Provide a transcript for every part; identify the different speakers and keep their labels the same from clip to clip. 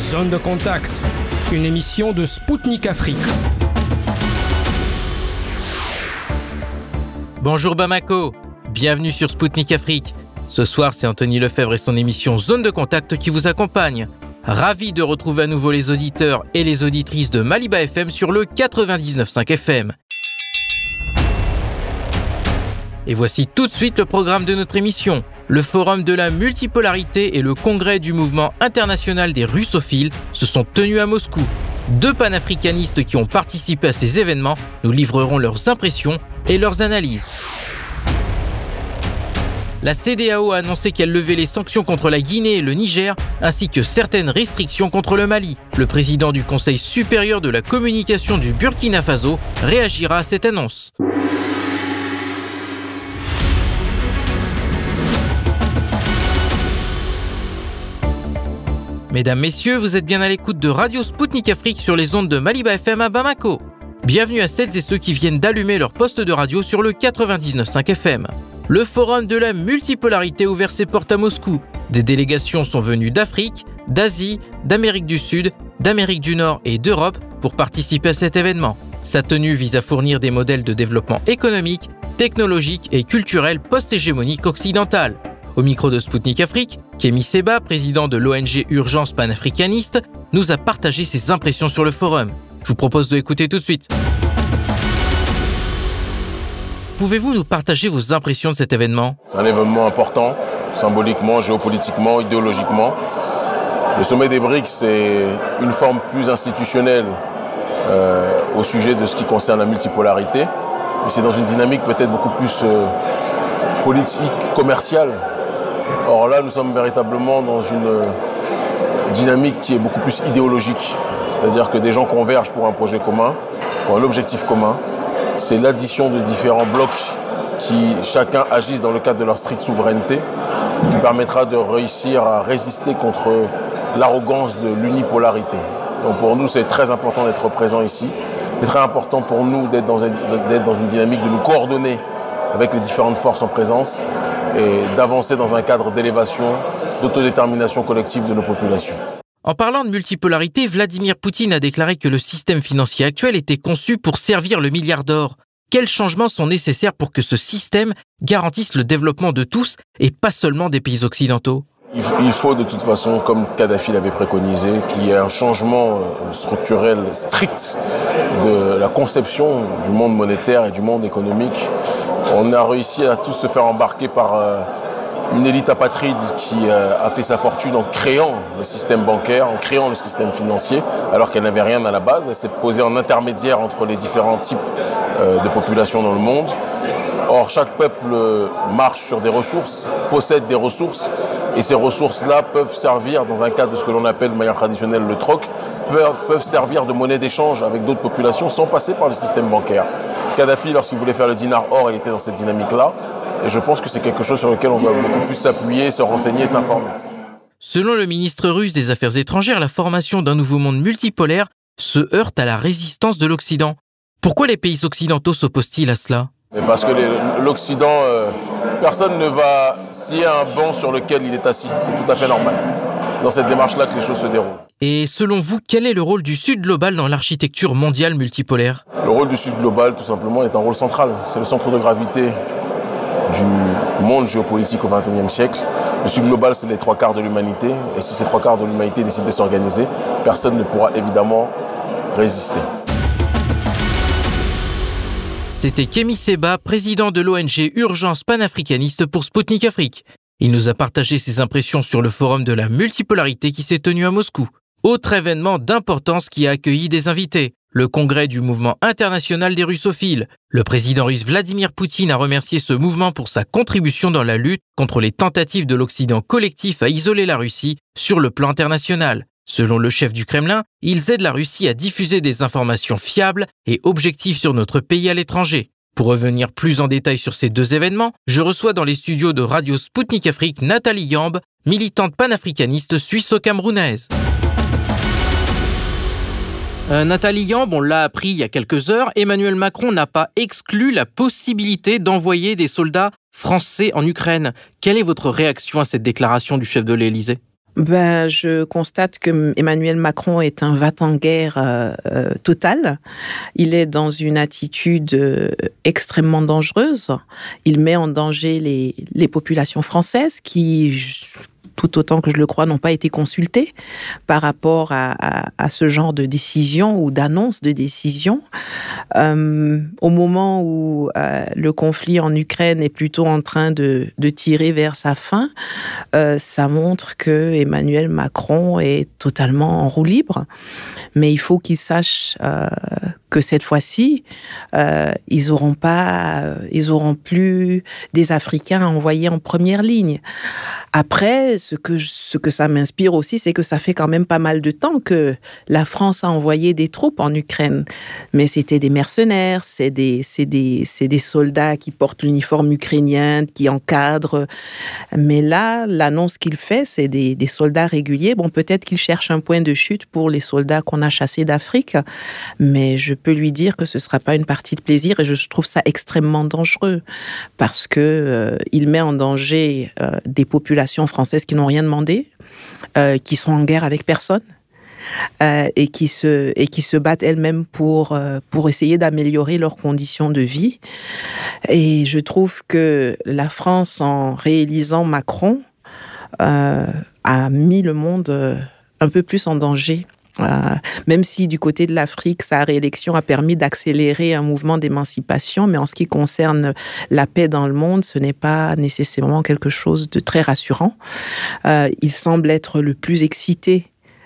Speaker 1: Zone de contact, une émission de Spoutnik Afrique.
Speaker 2: Bonjour Bamako, bienvenue sur Spoutnik Afrique. Ce soir, c'est Anthony Lefebvre et son émission Zone de contact qui vous accompagne. Ravi de retrouver à nouveau les auditeurs et les auditrices de Maliba FM sur le 99.5 FM. Et voici tout de suite le programme de notre émission. Le Forum de la multipolarité et le Congrès du mouvement international des russophiles se sont tenus à Moscou. Deux panafricanistes qui ont participé à ces événements nous livreront leurs impressions et leurs analyses. La CEDEAO a annoncé qu'elle levait les sanctions contre la Guinée et le Niger, ainsi que certaines restrictions contre le Mali. Le président du Conseil supérieur de la communication du Burkina Faso réagira à cette annonce. Mesdames, Messieurs, vous êtes bien à l'écoute de Radio Spoutnik Afrique sur les ondes de Maliba FM à Bamako. Bienvenue à celles et ceux qui viennent d'allumer leur poste de radio sur le 99.5 FM. Le Forum de la multipolarité a ouvert ses portes à Moscou. Des délégations sont venues d'Afrique, d'Asie, d'Amérique du Sud, d'Amérique du Nord et d'Europe pour participer à cet événement. Sa tenue vise à fournir des modèles de développement économique, technologique et culturel post-hégémonique occidentale. Au micro de Spoutnik Afrique, Kémy Séba, président de l'ONG Urgence panafricaniste, nous a partagé ses impressions sur le forum. Je vous propose de l'écouter tout de suite. Pouvez-vous nous partager vos impressions de cet événement ?
Speaker 3: C'est un événement important, symboliquement, géopolitiquement, idéologiquement. Le sommet des BRICS, c'est une forme plus institutionnelle au sujet de ce qui concerne la multipolarité. Mais c'est dans une dynamique peut-être beaucoup plus politique, commerciale. Or là, nous sommes véritablement dans une dynamique qui est beaucoup plus idéologique. C'est-à-dire que des gens convergent pour un projet commun, pour un objectif commun. C'est l'addition de différents blocs qui chacun agissent dans le cadre de leur stricte souveraineté, qui permettra de réussir à résister contre l'arrogance de l'unipolarité. Donc pour nous, c'est très important d'être présent ici. C'est très important pour nous d'être dans une dynamique, de nous coordonner avec les différentes forces en présence et d'avancer dans un cadre d'élévation, d'autodétermination collective de nos populations.
Speaker 2: En parlant de multipolarité, Vladimir Poutine a déclaré que le système financier actuel était conçu pour servir le milliard d'or. Quels changements sont nécessaires pour que ce système garantisse le développement de tous et pas seulement des pays occidentaux ?
Speaker 3: Il faut de toute façon, comme Kadhafi l'avait préconisé, qu'il y ait un changement structurel strict de la conception du monde monétaire et du monde économique. On a réussi à tous se faire embarquer par une élite apatride qui a fait sa fortune en créant le système bancaire, en créant le système financier, alors qu'elle n'avait rien à la base. Elle s'est posée en intermédiaire entre les différents types de populations dans le monde. Or, chaque peuple marche sur des ressources, possède des ressources, et ces ressources-là peuvent servir, dans un cadre de ce que l'on appelle de manière traditionnelle le troc, peuvent servir de monnaie d'échange avec d'autres populations sans passer par le système bancaire. Kadhafi, lorsqu'il voulait faire le dinar or, il était dans cette dynamique-là, et je pense que c'est quelque chose sur lequel on doit beaucoup plus s'appuyer, se renseigner, s'informer.
Speaker 2: Selon le ministre russe des Affaires étrangères, la formation d'un nouveau monde multipolaire se heurte à la résistance de l'Occident. Pourquoi les pays occidentaux s'opposent-ils à cela ?
Speaker 3: Mais parce que l'Occident, personne ne va scier un banc sur lequel il est assis. C'est tout à fait normal. Dans cette démarche-là que les choses se déroulent.
Speaker 2: Et selon vous, quel est le rôle du Sud global dans l'architecture mondiale multipolaire ?
Speaker 3: Le rôle du Sud global, tout simplement, est un rôle central. C'est le centre de gravité du monde géopolitique au XXIe siècle. Le Sud global, c'est les 3/4 de l'humanité. Et si ces 3/4 de l'humanité décident de s'organiser, personne ne pourra évidemment résister.
Speaker 2: C'était Kémy Séba, président de l'ONG Urgence panafricaniste pour Spoutnik Afrique. Il nous a partagé ses impressions sur le forum de la multipolarité qui s'est tenu à Moscou. Autre événement d'importance qui a accueilli des invités, le Congrès du mouvement international des russophiles. Le président russe Vladimir Poutine a remercié ce mouvement pour sa contribution dans la lutte contre les tentatives de l'Occident collectif à isoler la Russie sur le plan international. Selon le chef du Kremlin, ils aident la Russie à diffuser des informations fiables et objectives sur notre pays à l'étranger. Pour revenir plus en détail sur ces deux événements, je reçois dans les studios de Radio Spoutnik Afrique Nathalie Yamb, militante panafricaniste suisse-camerounaise. Nathalie Yamb, on l'a appris il y a quelques heures, Emmanuel Macron n'a pas exclu la possibilité d'envoyer des soldats français en Ukraine. Quelle est votre réaction à cette déclaration du chef de l'Élysée ?
Speaker 4: Je constate que Emmanuel Macron est un va-t-en-guerre total. Il est dans une attitude extrêmement dangereuse. Il met en danger les populations françaises qui, tout autant que je le crois, n'ont pas été consultées par rapport à ce genre de décision ou d'annonce de décision. Au moment où le conflit en Ukraine est plutôt en train de tirer vers sa fin, ça montre que Emmanuel Macron est totalement en roue libre. Mais il faut qu'il sache que cette fois-ci, ils auront plus des Africains à envoyer en première ligne. Après, ce que ça m'inspire aussi, c'est que ça fait quand même pas mal de temps que la France a envoyé des troupes en Ukraine. Mais c'était des mercenaires, c'est des soldats qui portent l'uniforme ukrainien, qui encadrent. Mais là, l'annonce qu'il fait, c'est des soldats réguliers. Bon, peut-être qu'il cherche un point de chute pour les soldats qu'on a chassés d'Afrique, mais je peux lui dire que ce ne sera pas une partie de plaisir et je trouve ça extrêmement dangereux parce que il met en danger des populations françaises qui n'ont rien demandé, qui sont en guerre avec personne. Et qui se battent elles-mêmes pour essayer d'améliorer leurs conditions de vie. Et je trouve que la France, en réélisant Macron, a mis le monde un peu plus en danger. Même si du côté de l'Afrique, sa réélection a permis d'accélérer un mouvement d'émancipation, mais en ce qui concerne la paix dans le monde, ce n'est pas nécessairement quelque chose de très rassurant. Il semble être le plus excité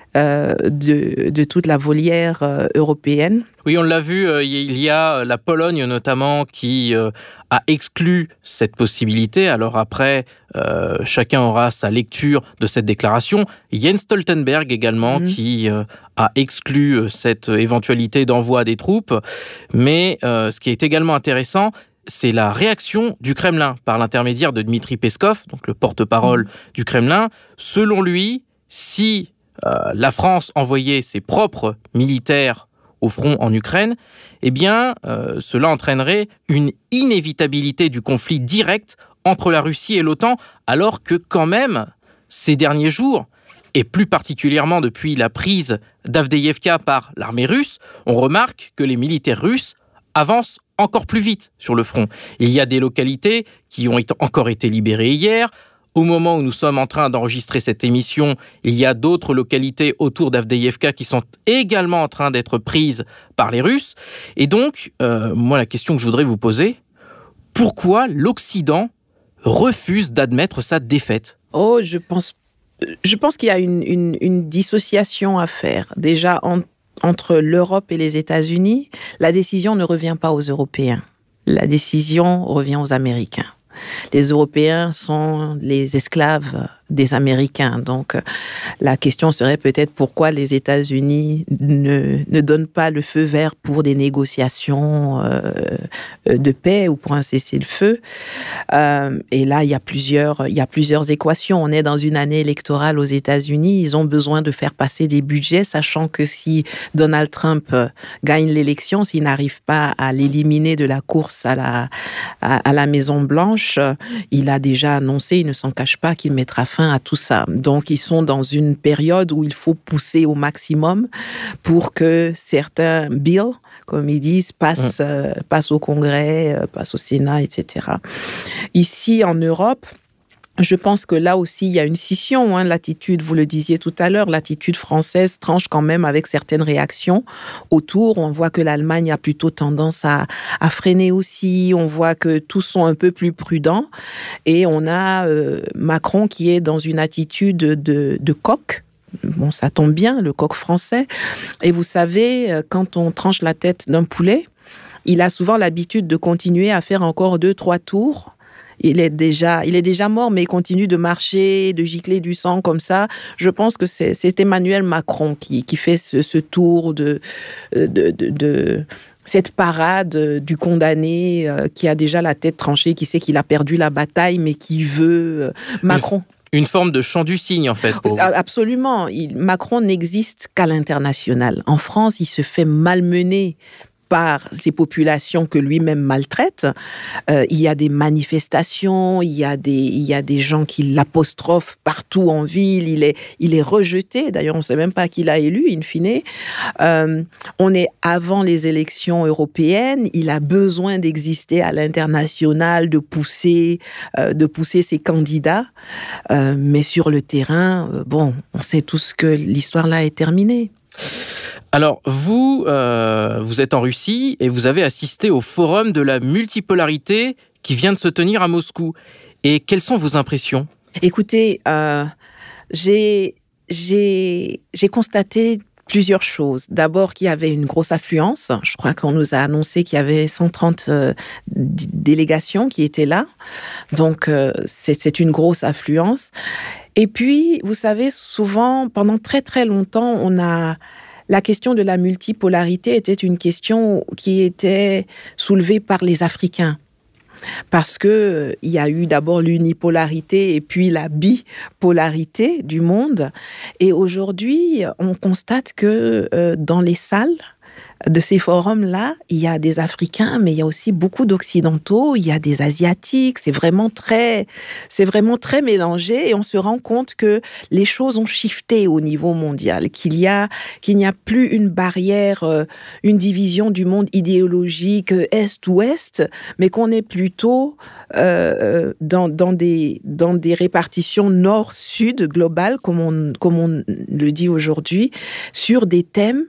Speaker 4: de toute la volière européenne.
Speaker 2: Oui, on l'a vu, il y a la Pologne notamment qui a exclu cette possibilité. Alors après, chacun aura sa lecture de cette déclaration. Jens Stoltenberg également qui a exclu cette éventualité d'envoi des troupes. Mais ce qui est également intéressant, c'est la réaction du Kremlin par l'intermédiaire de Dmitri Peskov, donc le porte-parole du Kremlin. Selon lui, si la France envoyait ses propres militaires au front en Ukraine, eh bien, cela entraînerait une inévitabilité du conflit direct entre la Russie et l'OTAN, alors que quand même, ces derniers jours, et plus particulièrement depuis la prise d'Avdiïevka par l'armée russe, on remarque que les militaires russes avancent encore plus vite sur le front. Il y a des localités qui ont encore été libérées hier. Au moment où nous sommes en train d'enregistrer cette émission, il y a d'autres localités autour d'Avdiïevka qui sont également en train d'être prises par les Russes. Et donc, moi, la question que je voudrais vous poser, pourquoi l'Occident refuse d'admettre sa défaite ?
Speaker 4: Je pense qu'il y a une dissociation à faire. Déjà, entre l'Europe et les États-Unis, la décision ne revient pas aux Européens. La décision revient aux Américains. Les Européens sont les esclaves des Américains. Donc, la question serait peut-être pourquoi les États-Unis ne donnent pas le feu vert pour des négociations de paix ou pour un cessez-le-feu. Et là, il y a plusieurs équations. On est dans une année électorale aux États-Unis. Ils ont besoin de faire passer des budgets, sachant que si Donald Trump gagne l'élection, s'il n'arrive pas à l'éliminer de la course à la Maison-Blanche, il a déjà annoncé, il ne s'en cache pas, qu'il mettra fin à tout ça. Donc, ils sont dans une période où il faut pousser au maximum pour que certains bills, comme ils disent, passent au Congrès, passent au Sénat, etc. Ici, en Europe, je pense que là aussi, il y a une scission. L'attitude, vous le disiez tout à l'heure, l'attitude française tranche quand même avec certaines réactions autour. On voit que l'Allemagne a plutôt tendance à freiner aussi. On voit que tous sont un peu plus prudents. Et on a Macron qui est dans une attitude de coq. Bon, ça tombe bien, le coq français. Et vous savez, quand on tranche la tête d'un poulet, il a souvent l'habitude de continuer à faire encore 2-3 tours. Il est déjà mort, mais il continue de marcher, de gicler du sang comme ça. Je pense que c'est Emmanuel Macron qui fait ce tour de cette parade du condamné qui a déjà la tête tranchée, qui sait qu'il a perdu la bataille, mais qui veut Macron.
Speaker 2: Une forme de chant du cygne, en fait. Absolument.
Speaker 4: Macron n'existe qu'à l'international. En France, il se fait malmener par ces populations que lui-même maltraite. Il y a des manifestations, il y a des gens qui l'apostrophent partout en ville, il est rejeté. D'ailleurs, on ne sait même pas qui l'a élu, in fine. On est avant les élections européennes, il a besoin d'exister à l'international, de pousser ses candidats. Mais sur le terrain, on sait tous que l'histoire là est terminée.
Speaker 2: Alors, vous êtes en Russie et vous avez assisté au forum de la multipolarité qui vient de se tenir à Moscou. Et quelles sont vos impressions ?
Speaker 4: Écoutez, j'ai constaté plusieurs choses. D'abord, qu'il y avait une grosse affluence. Je crois qu'on nous a annoncé qu'il y avait 130 délégations qui étaient là. Donc, c'est une grosse affluence. Et puis, vous savez, souvent, pendant très, très longtemps, la question de la multipolarité était une question qui était soulevée par les Africains. Parce que il y a eu d'abord l'unipolarité et puis la bipolarité du monde. Et aujourd'hui, on constate que dans les salles de ces forums-là, il y a des Africains, mais il y a aussi beaucoup d'Occidentaux, il y a des Asiatiques, c'est vraiment très mélangé et on se rend compte que les choses ont shifté au niveau mondial, qu'il n'y a plus une barrière, une division du monde idéologique Est-Ouest, mais qu'on est plutôt dans des répartitions nord-sud globales, comme on le dit aujourd'hui, sur des thèmes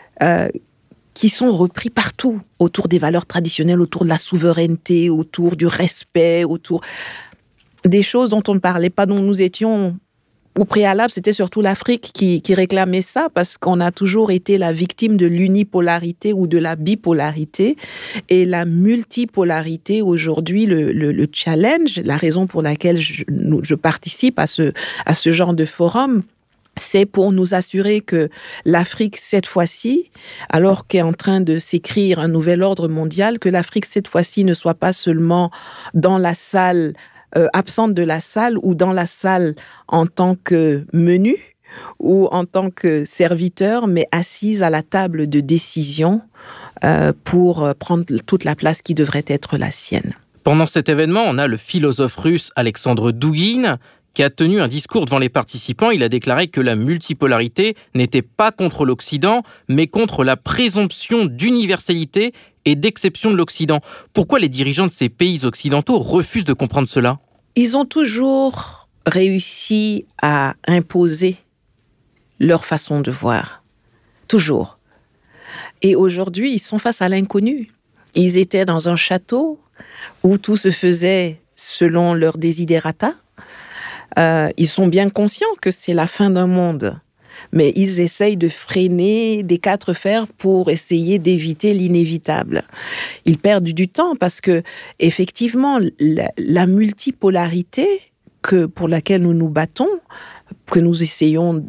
Speaker 4: qui sont repris partout, autour des valeurs traditionnelles, autour de la souveraineté, autour du respect, autour des choses dont on ne parlait pas, dont nous étions au préalable. C'était surtout l'Afrique qui réclamait ça, parce qu'on a toujours été la victime de l'unipolarité ou de la bipolarité. Et la multipolarité, aujourd'hui, le challenge, la raison pour laquelle je participe à ce genre de forum, c'est pour nous assurer que l'Afrique, cette fois-ci, alors qu'est en train de s'écrire un nouvel ordre mondial, que l'Afrique, cette fois-ci, ne soit pas seulement dans la salle, absente de la salle, ou dans la salle en tant que menu, ou en tant que serviteur, mais assise à la table de décision pour prendre toute la place qui devrait être la sienne.
Speaker 2: Pendant cet événement, on a le philosophe russe Alexandre Douguine, qui a tenu un discours devant les participants. Il a déclaré que la multipolarité n'était pas contre l'Occident, mais contre la présomption d'universalité et d'exception de l'Occident. Pourquoi les dirigeants de ces pays occidentaux refusent de comprendre cela ?
Speaker 4: Ils ont toujours réussi à imposer leur façon de voir. Toujours. Et aujourd'hui, ils sont face à l'inconnu. Ils étaient dans un château où tout se faisait selon leurs desiderata. Ils sont bien conscients que c'est la fin d'un monde, mais ils essayent de freiner des quatre fers pour essayer d'éviter l'inévitable. Ils perdent du temps parce que, effectivement, la multipolarité pour laquelle nous nous battons, que nous essayons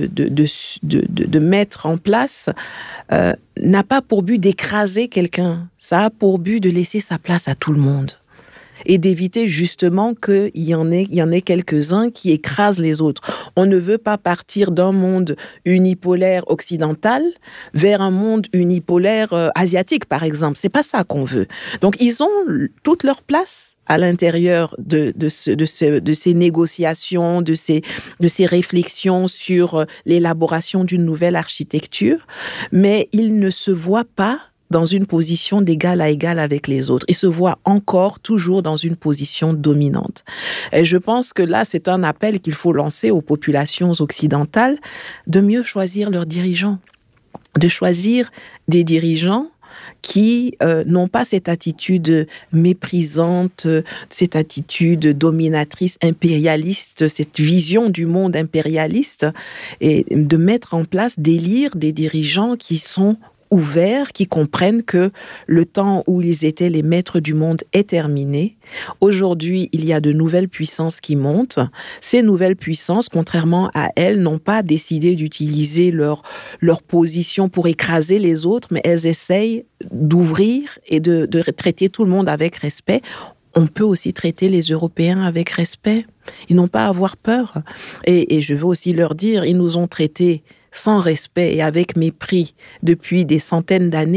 Speaker 4: de mettre en place, n'a pas pour but d'écraser quelqu'un. Ça a pour but de laisser sa place à tout le monde. Et d'éviter justement qu'il y en ait quelques-uns qui écrasent les autres. On ne veut pas partir d'un monde unipolaire occidental vers un monde unipolaire asiatique, par exemple. C'est pas ça qu'on veut. Donc, ils ont toute leur place à l'intérieur de ces négociations, de ces réflexions sur l'élaboration d'une nouvelle architecture, mais ils ne se voient pas dans une position d'égal à égal avec les autres. Ils se voient encore toujours dans une position dominante. Et je pense que là, c'est un appel qu'il faut lancer aux populations occidentales de mieux choisir leurs dirigeants, de choisir des dirigeants qui n'ont pas cette attitude méprisante, cette attitude dominatrice, impérialiste, cette vision du monde impérialiste, et de mettre en place, d'élire des dirigeants qui sont ouverts, qui comprennent que le temps où ils étaient les maîtres du monde est terminé. Aujourd'hui, il y a de nouvelles puissances qui montent. Ces nouvelles puissances, contrairement à elles, n'ont pas décidé d'utiliser leur position pour écraser les autres, mais elles essayent d'ouvrir et de traiter tout le monde avec respect. On peut aussi traiter les Européens avec respect. Ils n'ont pas à avoir peur. Et je veux aussi leur dire, ils nous ont traités sans respect et avec mépris depuis des centaines d'années.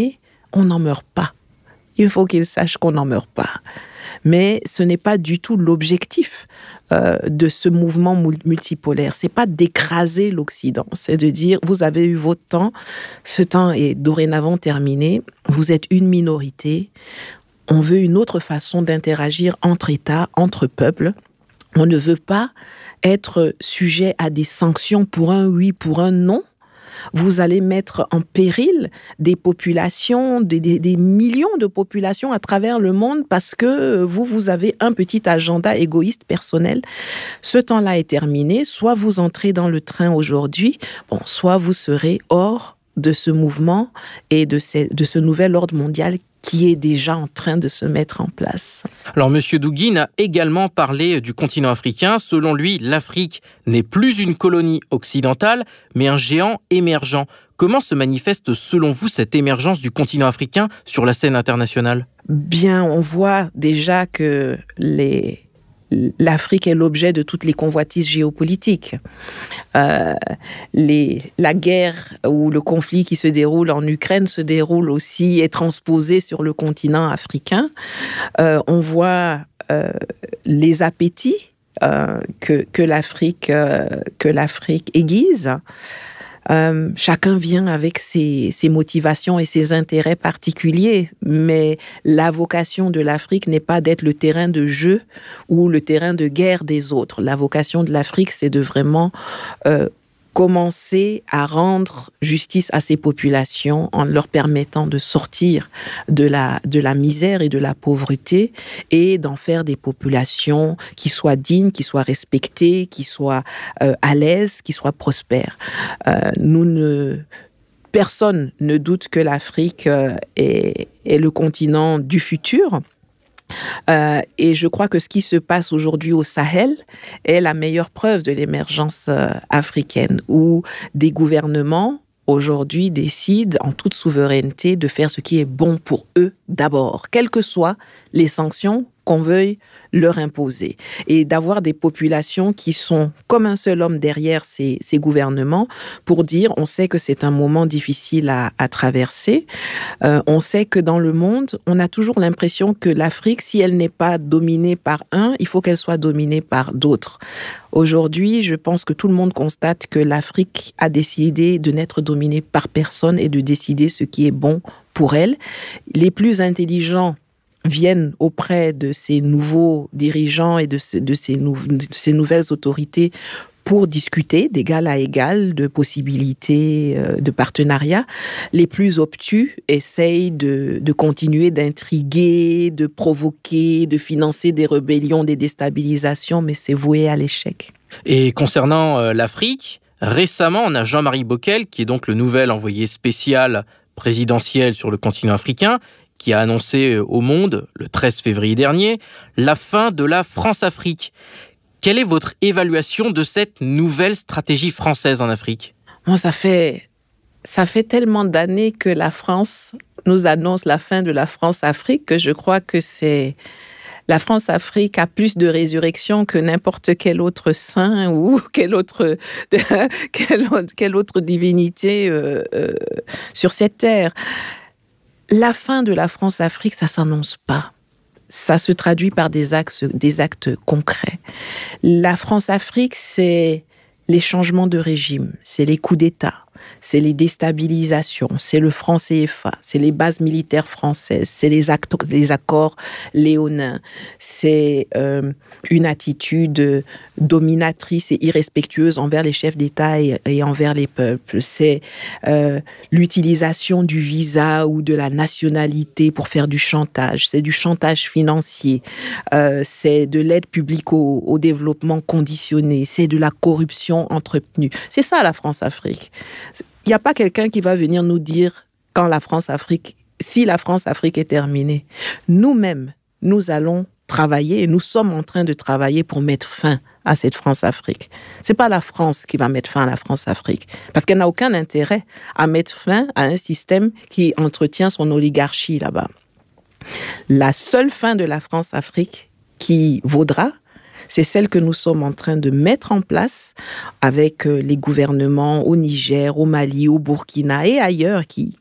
Speaker 4: on n'en meurt pas. Il faut qu'ils sachent qu'on n'en meurt pas. Mais ce n'est pas du tout l'objectif de ce mouvement multipolaire. C'est pas d'écraser l'Occident, c'est de dire vous avez eu votre temps, ce temps est dorénavant terminé, vous êtes une minorité, on veut une autre façon d'interagir entre États, entre peuples. On ne veut pas être sujet à des sanctions pour un oui, pour un non. Vous allez mettre en péril des populations, des millions de populations à travers le monde parce que vous avez un petit agenda égoïste personnel. Ce temps-là est terminé. Soit vous entrez dans le train aujourd'hui, soit vous serez hors de ce mouvement et de ce nouvel ordre mondial qui est déjà en train de se mettre en place.
Speaker 2: Alors, M. Douguine a également parlé du continent africain. Selon lui, l'Afrique n'est plus une colonie occidentale, mais un géant émergent. Comment se manifeste, selon vous, cette émergence du continent africain sur la scène internationale ?
Speaker 4: Bien, on voit déjà que l'Afrique est l'objet de toutes les convoitises géopolitiques. La guerre ou le conflit qui se déroule en Ukraine se déroule aussi, est transposé sur le continent africain. On voit les appétits que l'Afrique aiguise. Chacun vient avec ses motivations et ses intérêts particuliers, mais la vocation de l'Afrique n'est pas d'être le terrain de jeu ou le terrain de guerre des autres. La vocation de l'Afrique, c'est de vraiment commencer à rendre justice à ces populations en leur permettant de sortir de la misère et de la pauvreté et d'en faire des populations qui soient dignes, qui soient respectées, qui soient à l'aise, qui soient prospères. Personne ne doute que l'Afrique est le continent du futur. Et je crois que ce qui se passe aujourd'hui au Sahel est la meilleure preuve de l'émergence africaine, où des gouvernements aujourd'hui décident en toute souveraineté de faire ce qui est bon pour eux d'abord, quelles que soient les sanctions qu'on veuille leur imposer. Et d'avoir des populations qui sont comme un seul homme derrière ces gouvernements pour dire, on sait que c'est un moment difficile à traverser. On sait que dans le monde, on a toujours l'impression que l'Afrique, si elle n'est pas dominée par un, il faut qu'elle soit dominée par d'autres. Aujourd'hui, je pense que tout le monde constate que l'Afrique a décidé de n'être dominée par personne et de décider ce qui est bon pour elle. Les plus intelligents viennent auprès de ces nouveaux dirigeants et de ces nouvelles autorités pour discuter d'égal à égal de possibilités de partenariat. Les plus obtus essayent de continuer d'intriguer, de provoquer, de financer des rébellions, des déstabilisations, mais c'est voué à l'échec.
Speaker 2: Et concernant l'Afrique, récemment, on a Jean-Marie Bockel, qui est donc le nouvel envoyé spécial présidentiel sur le continent africain, qui a annoncé au monde, le 13 février dernier, la fin de la France-Afrique. Quelle est votre évaluation de cette nouvelle stratégie française en Afrique ?
Speaker 4: Bon, ça fait tellement d'années que la France nous annonce la fin de la France-Afrique que je crois que la France-Afrique a plus de résurrection que n'importe quel autre saint ou quelle autre divinité sur cette terre. La fin de la France-Afrique, ça s'annonce pas. Ça se traduit par des actes concrets. La France-Afrique, c'est les changements de régime, c'est les coups d'État, c'est les déstabilisations, c'est le franc CFA, c'est les bases militaires françaises, c'est les accords léonins, c'est une attitude dominatrice et irrespectueuse envers les chefs d'État et envers les peuples. C'est l'utilisation du visa ou de la nationalité pour faire du chantage. C'est du chantage financier. C'est de l'aide publique au développement conditionné. C'est de la corruption entretenue. C'est ça la France-Afrique. Il n'y a pas quelqu'un qui va venir nous dire si la France-Afrique est terminée. Nous-mêmes, nous allons travailler et nous sommes en train de travailler pour mettre fin à cette France-Afrique. C'est pas la France qui va mettre fin à la France-Afrique, parce qu'elle n'a aucun intérêt à mettre fin à un système qui entretient son oligarchie là-bas. La seule fin de la France-Afrique qui vaudra, C'est celle que nous sommes en train de mettre en place avec les gouvernements au Niger, au Mali, au Burkina et ailleurs qui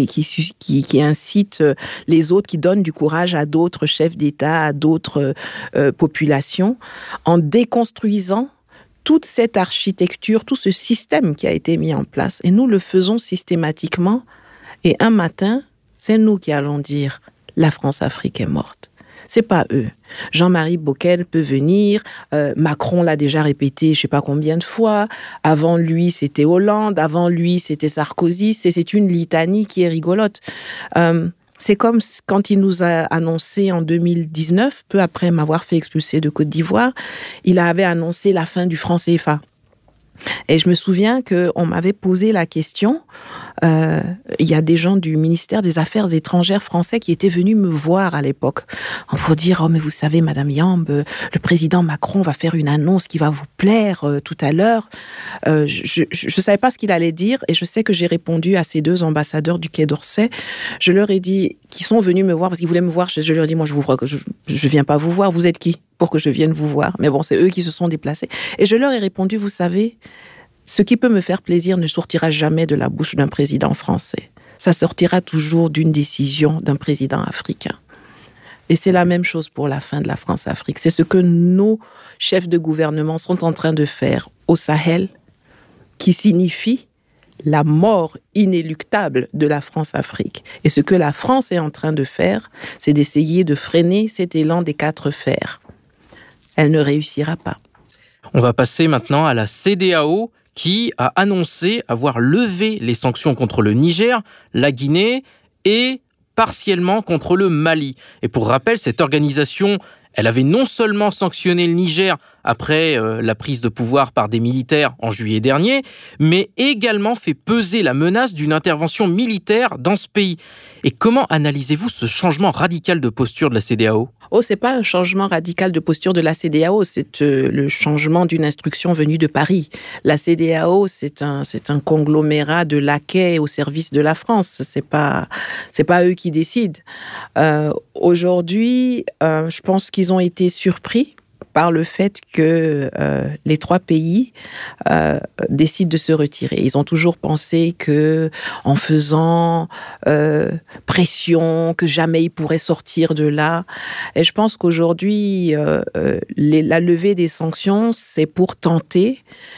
Speaker 4: incitent les autres, qui donnent du courage à d'autres chefs d'État, à d'autres populations, en déconstruisant toute cette architecture, tout ce système qui a été mis en place. Et nous le faisons systématiquement. Et un matin, c'est nous qui allons dire « La France-Afrique est morte ». C'est pas eux. Jean-Marie Bockel peut venir, Macron l'a déjà répété je ne sais pas combien de fois, avant lui c'était Hollande, avant lui c'était Sarkozy, c'est une litanie qui est rigolote. C'est comme quand il nous a annoncé en 2019, peu après m'avoir fait expulser de Côte d'Ivoire, il avait annoncé la fin du franc CFA. Et je me souviens qu'on m'avait posé la question, il y a des gens du ministère des Affaires étrangères français qui étaient venus me voir à l'époque pour dire « Oh, mais vous savez, Madame Yamb, le président Macron va faire une annonce qui va vous plaire tout à l'heure. » Je ne savais pas ce qu'il allait dire et je sais que j'ai répondu à ces 2 ambassadeurs du Quai d'Orsay. Je leur ai dit, qui sont venus me voir parce qu'ils voulaient me voir, je leur ai dit « Moi, je ne viens pas vous voir, vous êtes qui ? » pour que je vienne vous voir. Mais bon, c'est eux qui se sont déplacés. Et je leur ai répondu, vous savez, ce qui peut me faire plaisir ne sortira jamais de la bouche d'un président français. Ça sortira toujours d'une décision d'un président africain. Et c'est la même chose pour la fin de la France-Afrique. C'est ce que nos chefs de gouvernement sont en train de faire au Sahel, qui signifie la mort inéluctable de la France-Afrique. Et ce que la France est en train de faire, c'est d'essayer de freiner cet élan des 4 fers. Elle ne réussira pas.
Speaker 2: On va passer maintenant à la CEDEAO qui a annoncé avoir levé les sanctions contre le Niger, la Guinée et partiellement contre le Mali. Et pour rappel, cette organisation, elle avait non seulement sanctionné le Niger après la prise de pouvoir par des militaires en juillet dernier, mais également fait peser la menace d'une intervention militaire dans ce pays. Et comment analysez-vous ce changement radical de posture de la CEDEAO ?
Speaker 4: Oh, c'est pas un changement radical de posture de la CEDEAO, c'est le changement d'une instruction venue de Paris. La CEDEAO, c'est un conglomérat de laquais au service de la France. C'est pas eux qui décident. Aujourd'hui, je pense qu'ils ont été surpris par le fait que les 3 pays décident de se retirer. Ils ont toujours pensé que, en faisant pression, que jamais ils pourraient sortir de là. Et je pense qu'aujourd'hui, la levée des sanctions, c'est pour tenter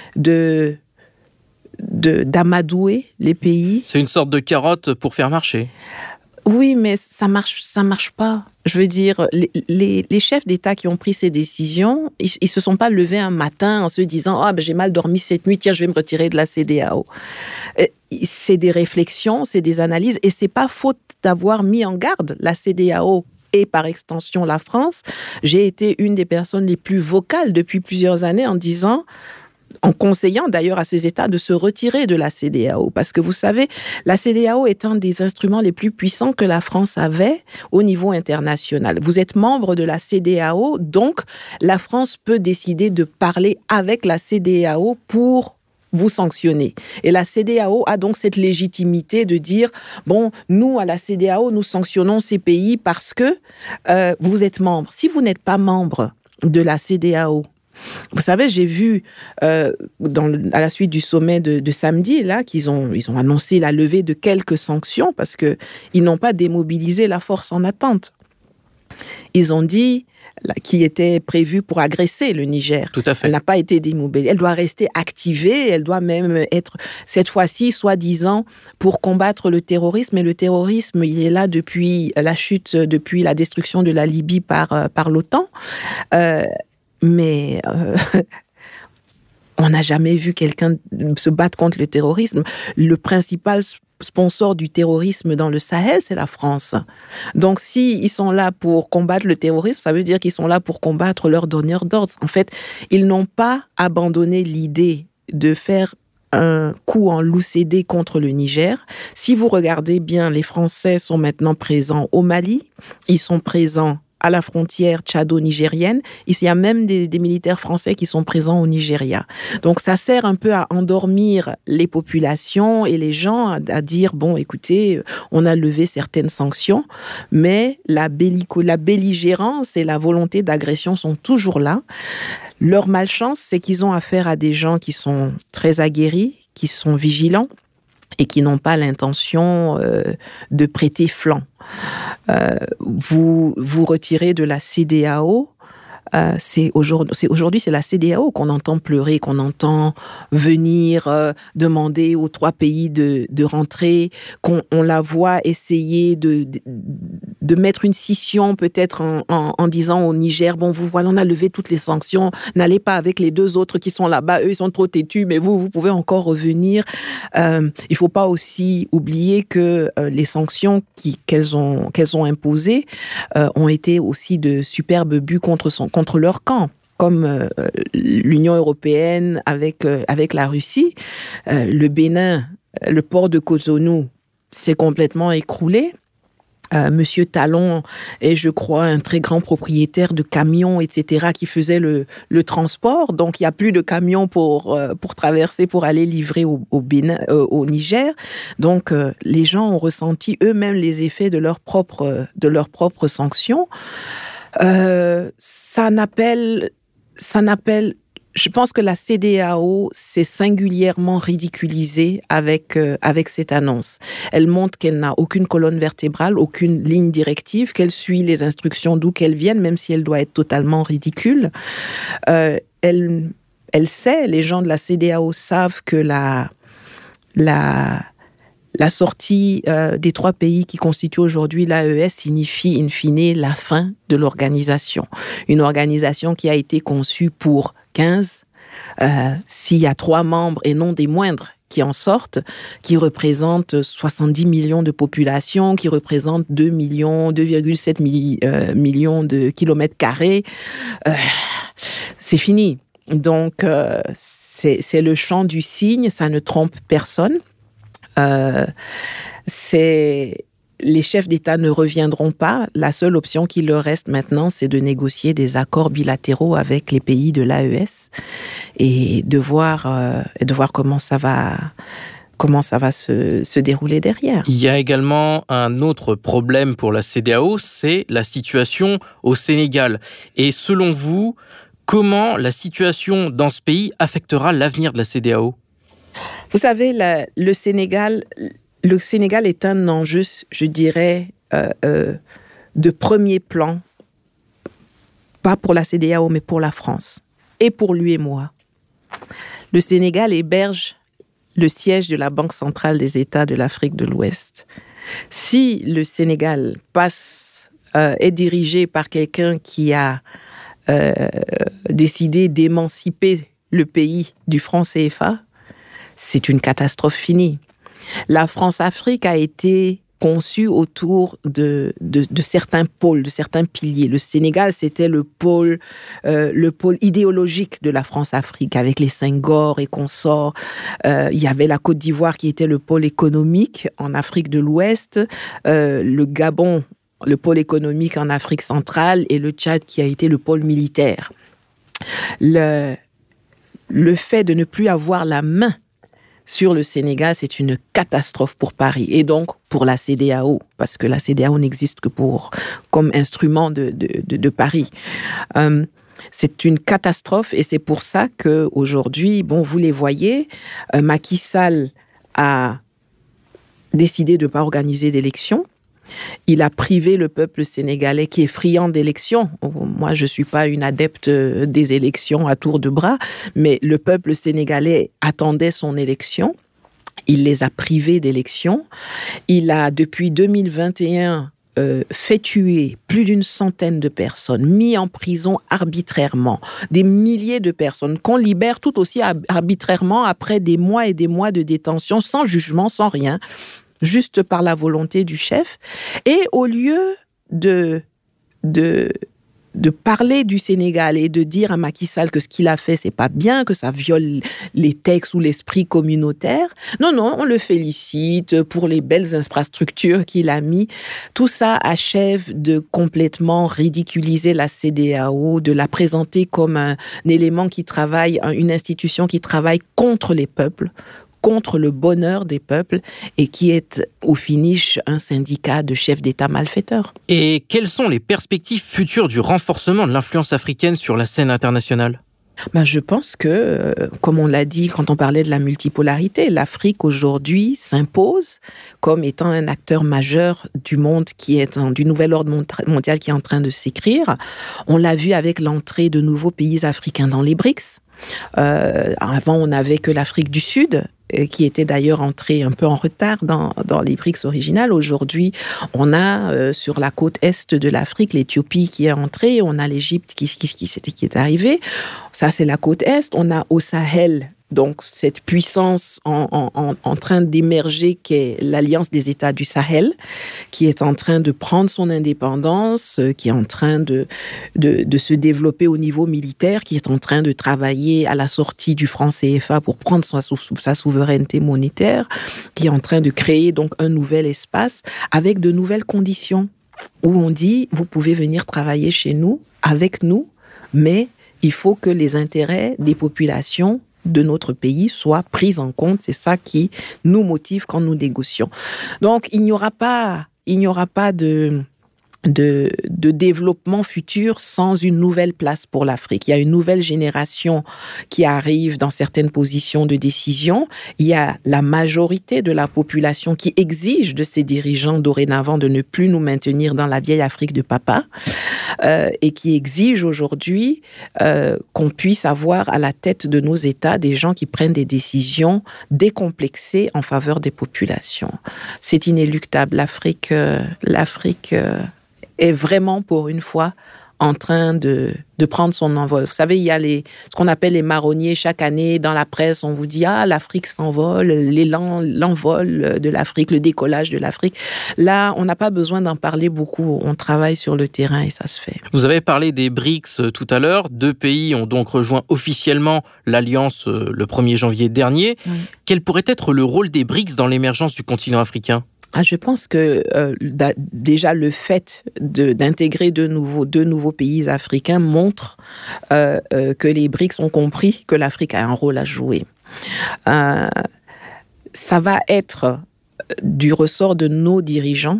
Speaker 4: d'amadouer les pays.
Speaker 2: C'est une sorte de carotte pour faire marcher.
Speaker 4: Oui, mais ça marche pas. Je veux dire, les chefs d'État qui ont pris ces décisions, ils se sont pas levés un matin en se disant « Ah, j'ai mal dormi cette nuit, tiens, je vais me retirer de la CEDEAO. » C'est des réflexions, c'est des analyses, et c'est pas faute d'avoir mis en garde la CEDEAO et par extension la France. J'ai été une des personnes les plus vocales depuis plusieurs années en disant... en conseillant d'ailleurs à ces États de se retirer de la CEDEAO. Parce que vous savez, la CEDEAO est un des instruments les plus puissants que la France avait au niveau international. Vous êtes membre de la CEDEAO, donc la France peut décider de parler avec la CEDEAO pour vous sanctionner. Et la CEDEAO a donc cette légitimité de dire, bon, nous, à la CEDEAO, nous sanctionnons ces pays parce que vous êtes membre. Si vous n'êtes pas membre de la CEDEAO, vous savez, j'ai vu à la suite du sommet de samedi là qu'ils ont annoncé la levée de quelques sanctions parce que ils n'ont pas démobilisé la force en attente. Ils ont dit qui était prévue pour agresser le Niger.
Speaker 2: Tout à fait.
Speaker 4: Elle n'a pas été démobilisée. Elle doit rester activée. Elle doit même être cette fois-ci, soi-disant, pour combattre le terrorisme. Et le terrorisme, il est là depuis la chute, depuis la destruction de la Libye par l'OTAN. Mais on n'a jamais vu quelqu'un se battre contre le terrorisme. Le principal sponsor du terrorisme dans le Sahel, c'est la France. Donc, s'ils sont là pour combattre le terrorisme, ça veut dire qu'ils sont là pour combattre leurs donneurs d'ordre. En fait, ils n'ont pas abandonné l'idée de faire un coup en loup cédé contre le Niger. Si vous regardez bien, les Français sont maintenant présents au Mali, ils sont présents à la frontière tchado-nigérienne. Il y a même des militaires français qui sont présents au Nigeria. Donc, ça sert un peu à endormir les populations et les gens à dire, bon, écoutez, on a levé certaines sanctions, mais la belligérance et la volonté d'agression sont toujours là. Leur malchance, c'est qu'ils ont affaire à des gens qui sont très aguerris, qui sont vigilants et qui n'ont pas l'intention de prêter flanc. Vous retirez de la CEDEAO. Aujourd'hui, c'est la CEDEAO qu'on entend pleurer, qu'on entend venir demander aux 3 pays de rentrer, qu'on la voit essayer de mettre une scission peut-être en disant au Niger, bon, voilà, on a levé toutes les sanctions, n'allez pas avec les 2 autres qui sont là-bas, eux, ils sont trop têtus, mais vous pouvez encore revenir. Il faut pas aussi oublier que les sanctions qu'elles ont imposées ont été aussi de superbes buts contre leur camp, comme l'Union européenne avec la Russie. Le Bénin, le port de Cotonou s'est complètement écroulé. Monsieur Talon est, je crois, un très grand propriétaire de camions, etc., qui faisait le transport. Donc, il n'y a plus de camions pour traverser, pour aller livrer au Bénin, au Niger. Donc, les gens ont ressenti eux-mêmes les effets de leurs propres sanctions. Ça n'appelle. Je pense que la CEDEAO s'est singulièrement ridiculisée avec cette annonce. Elle montre qu'elle n'a aucune colonne vertébrale, aucune ligne directive, qu'elle suit les instructions d'où qu'elles viennent, même si elle doit être totalement ridicule. Elle sait, les gens de la CEDEAO savent que la sortie des 3 pays qui constituent aujourd'hui l'AES signifie in fine la fin de l'organisation. Une organisation qui a été conçue pour 15, s'il y a 3 membres et non des moindres qui en sortent, qui représentent 70 millions de population, qui représentent 2,7 millions de kilomètres carrés, c'est fini. Donc, c'est le chant du cygne, ça ne trompe personne. Les chefs d'État ne reviendront pas. La seule option qui leur reste maintenant, c'est de négocier des accords bilatéraux avec les pays de l'AES et de voir comment ça va se dérouler derrière.
Speaker 2: Il y a également un autre problème pour la CEDEAO, c'est la situation au Sénégal. Et selon vous, comment la situation dans ce pays affectera l'avenir de la CEDEAO ?
Speaker 4: Vous savez, le Sénégal est un enjeu, je dirais, de premier plan, pas pour la CEDEAO, mais pour la France, et pour l'UEMOA. Le Sénégal héberge le siège de la Banque centrale des États de l'Afrique de l'Ouest. Si le Sénégal est dirigé par quelqu'un qui a décidé d'émanciper le pays du franc CFA, c'est une catastrophe finie. La France-Afrique a été conçue autour de certains pôles, de certains piliers. Le Sénégal, c'était le pôle idéologique de la France-Afrique, avec les Senghor et consorts. Il y avait la Côte d'Ivoire qui était le pôle économique en Afrique de l'Ouest, le Gabon, le pôle économique en Afrique centrale, et le Tchad qui a été le pôle militaire. Le fait de ne plus avoir la main sur le Sénégal, c'est une catastrophe pour Paris et donc pour la CEDEAO, parce que la CEDEAO n'existe que comme instrument de Paris. C'est une catastrophe et c'est pour ça qu'aujourd'hui, vous les voyez, Macky Sall a décidé de ne pas organiser d'élections. Il a privé le peuple sénégalais qui est friand d'élections. Moi, je ne suis pas une adepte des élections à tour de bras, mais le peuple sénégalais attendait son élection. Il les a privés d'élections. Il a, depuis 2021, fait tuer plus d'une centaine de personnes, mis en prison arbitrairement, des milliers de personnes qu'on libère tout aussi arbitrairement après des mois et des mois de détention, sans jugement, sans rien, juste par la volonté du chef. Et au lieu de parler du Sénégal et de dire à Macky Sall que ce qu'il a fait, c'est pas bien, que ça viole les textes ou l'esprit communautaire. Non, on le félicite pour les belles infrastructures qu'il a mis. Tout ça achève de complètement ridiculiser la CEDEAO, de la présenter comme un élément qui travaille, une institution qui travaille contre les peuples, contre le bonheur des peuples et qui est au finish un syndicat de chefs d'État malfaiteurs.
Speaker 2: Et quelles sont les perspectives futures du renforcement de l'influence africaine sur la scène internationale ?
Speaker 4: Je pense que, comme on l'a dit quand on parlait de la multipolarité, l'Afrique aujourd'hui s'impose comme étant un acteur majeur du monde du nouvel ordre mondial qui est en train de s'écrire. On l'a vu avec l'entrée de nouveaux pays africains dans les BRICS. Avant, on n'avait que l'Afrique du Sud, qui était d'ailleurs entrée un peu en retard dans les BRICS originales. Aujourd'hui, on a sur la côte est de l'Afrique l'Éthiopie qui est entrée, on a l'Égypte qui est arrivée. Ça, c'est la côte est. On a au Sahel, donc cette puissance en train d'émerger qu'est l'Alliance des États du Sahel, qui est en train de prendre son indépendance, qui est en train de se développer au niveau militaire, qui est en train de travailler à la sortie du franc CFA pour prendre sa souveraineté monétaire, qui est en train de créer donc un nouvel espace avec de nouvelles conditions où on dit vous pouvez venir travailler chez nous, avec nous, mais il faut que les intérêts des populations de notre pays soient pris en compte. C'est ça qui nous motive quand nous négocions. Donc, il n'y aura pas de développement futur sans une nouvelle place pour l'Afrique. Il y a une nouvelle génération qui arrive dans certaines positions de décision. Il y a la majorité de la population qui exige de ses dirigeants dorénavant de ne plus nous maintenir dans la vieille Afrique de papa et qui exige aujourd'hui qu'on puisse avoir à la tête de nos États des gens qui prennent des décisions décomplexées en faveur des populations. C'est inéluctable. L'Afrique est vraiment, pour une fois, en train de prendre son envol. Vous savez, il y a ce qu'on appelle les marronniers. Chaque année, dans la presse, on vous dit « Ah, l'Afrique s'envole, l'envol de l'Afrique, le décollage de l'Afrique ». Là, on n'a pas besoin d'en parler beaucoup. On travaille sur le terrain et ça se fait.
Speaker 2: Vous avez parlé des BRICS tout à l'heure. 2 pays ont donc rejoint officiellement l'Alliance le 1er janvier dernier. Oui. Quel pourrait être le rôle des BRICS dans l'émergence du continent africain ?
Speaker 4: Je pense que déjà le fait d'intégrer deux nouveaux pays africains montre que les BRICS ont compris que l'Afrique a un rôle à jouer. Ça va être du ressort de nos dirigeants.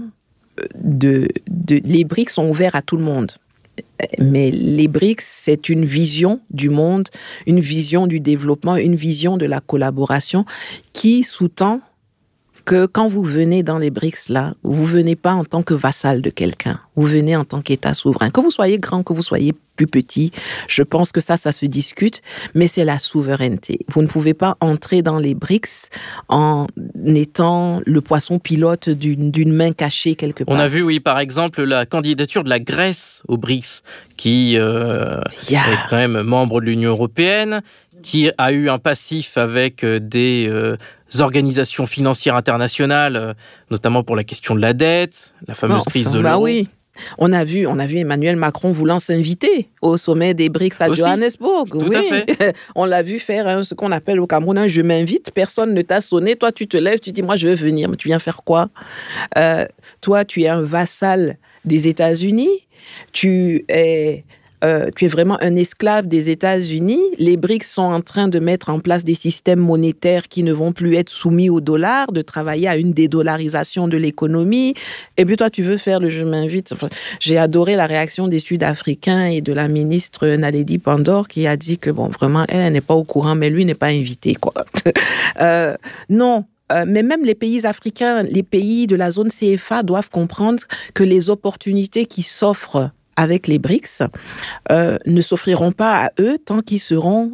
Speaker 4: Les BRICS sont ouverts à tout le monde. Mais les BRICS, c'est une vision du monde, une vision du développement, une vision de la collaboration qui sous-tend que quand vous venez dans les BRICS, là, vous venez pas en tant que vassal de quelqu'un. Vous venez en tant qu'État souverain. Que vous soyez grand, que vous soyez plus petit, je pense que ça se discute, mais c'est la souveraineté. Vous ne pouvez pas entrer dans les BRICS en étant le poisson pilote d'une main cachée quelque part.
Speaker 2: On a vu, oui, par exemple, la candidature de la Grèce aux BRICS, qui est quand même membre de l'Union européenne, qui a eu un passif avec des organisations financières internationales, notamment pour la question de la dette, la fameuse crise de l'euro.
Speaker 4: Oui. On a vu Emmanuel Macron voulant s'inviter au sommet des BRICS à Johannesburg.
Speaker 2: Tout à fait.
Speaker 4: On l'a vu faire ce qu'on appelle au Cameroun un « je m'invite », personne ne t'a sonné, toi tu te lèves, tu dis « moi je veux venir », mais tu viens faire quoi ? Toi tu es un vassal des États-Unis, tu es vraiment un esclave des États-Unis. Les BRICS sont en train de mettre en place des systèmes monétaires qui ne vont plus être soumis au dollar, de travailler à une dédollarisation de l'économie. Et puis toi, tu veux faire le « je m'invite ». Enfin, j'ai adoré la réaction des Sud-Africains et de la ministre Naledi Pandor qui a dit que, bon, vraiment, elle n'est pas au courant, mais lui n'est pas invité, quoi. Non. Mais même les pays africains, les pays de la zone CFA doivent comprendre que les opportunités qui s'offrent avec les BRICS ne s'offriront pas à eux tant qu'ils seront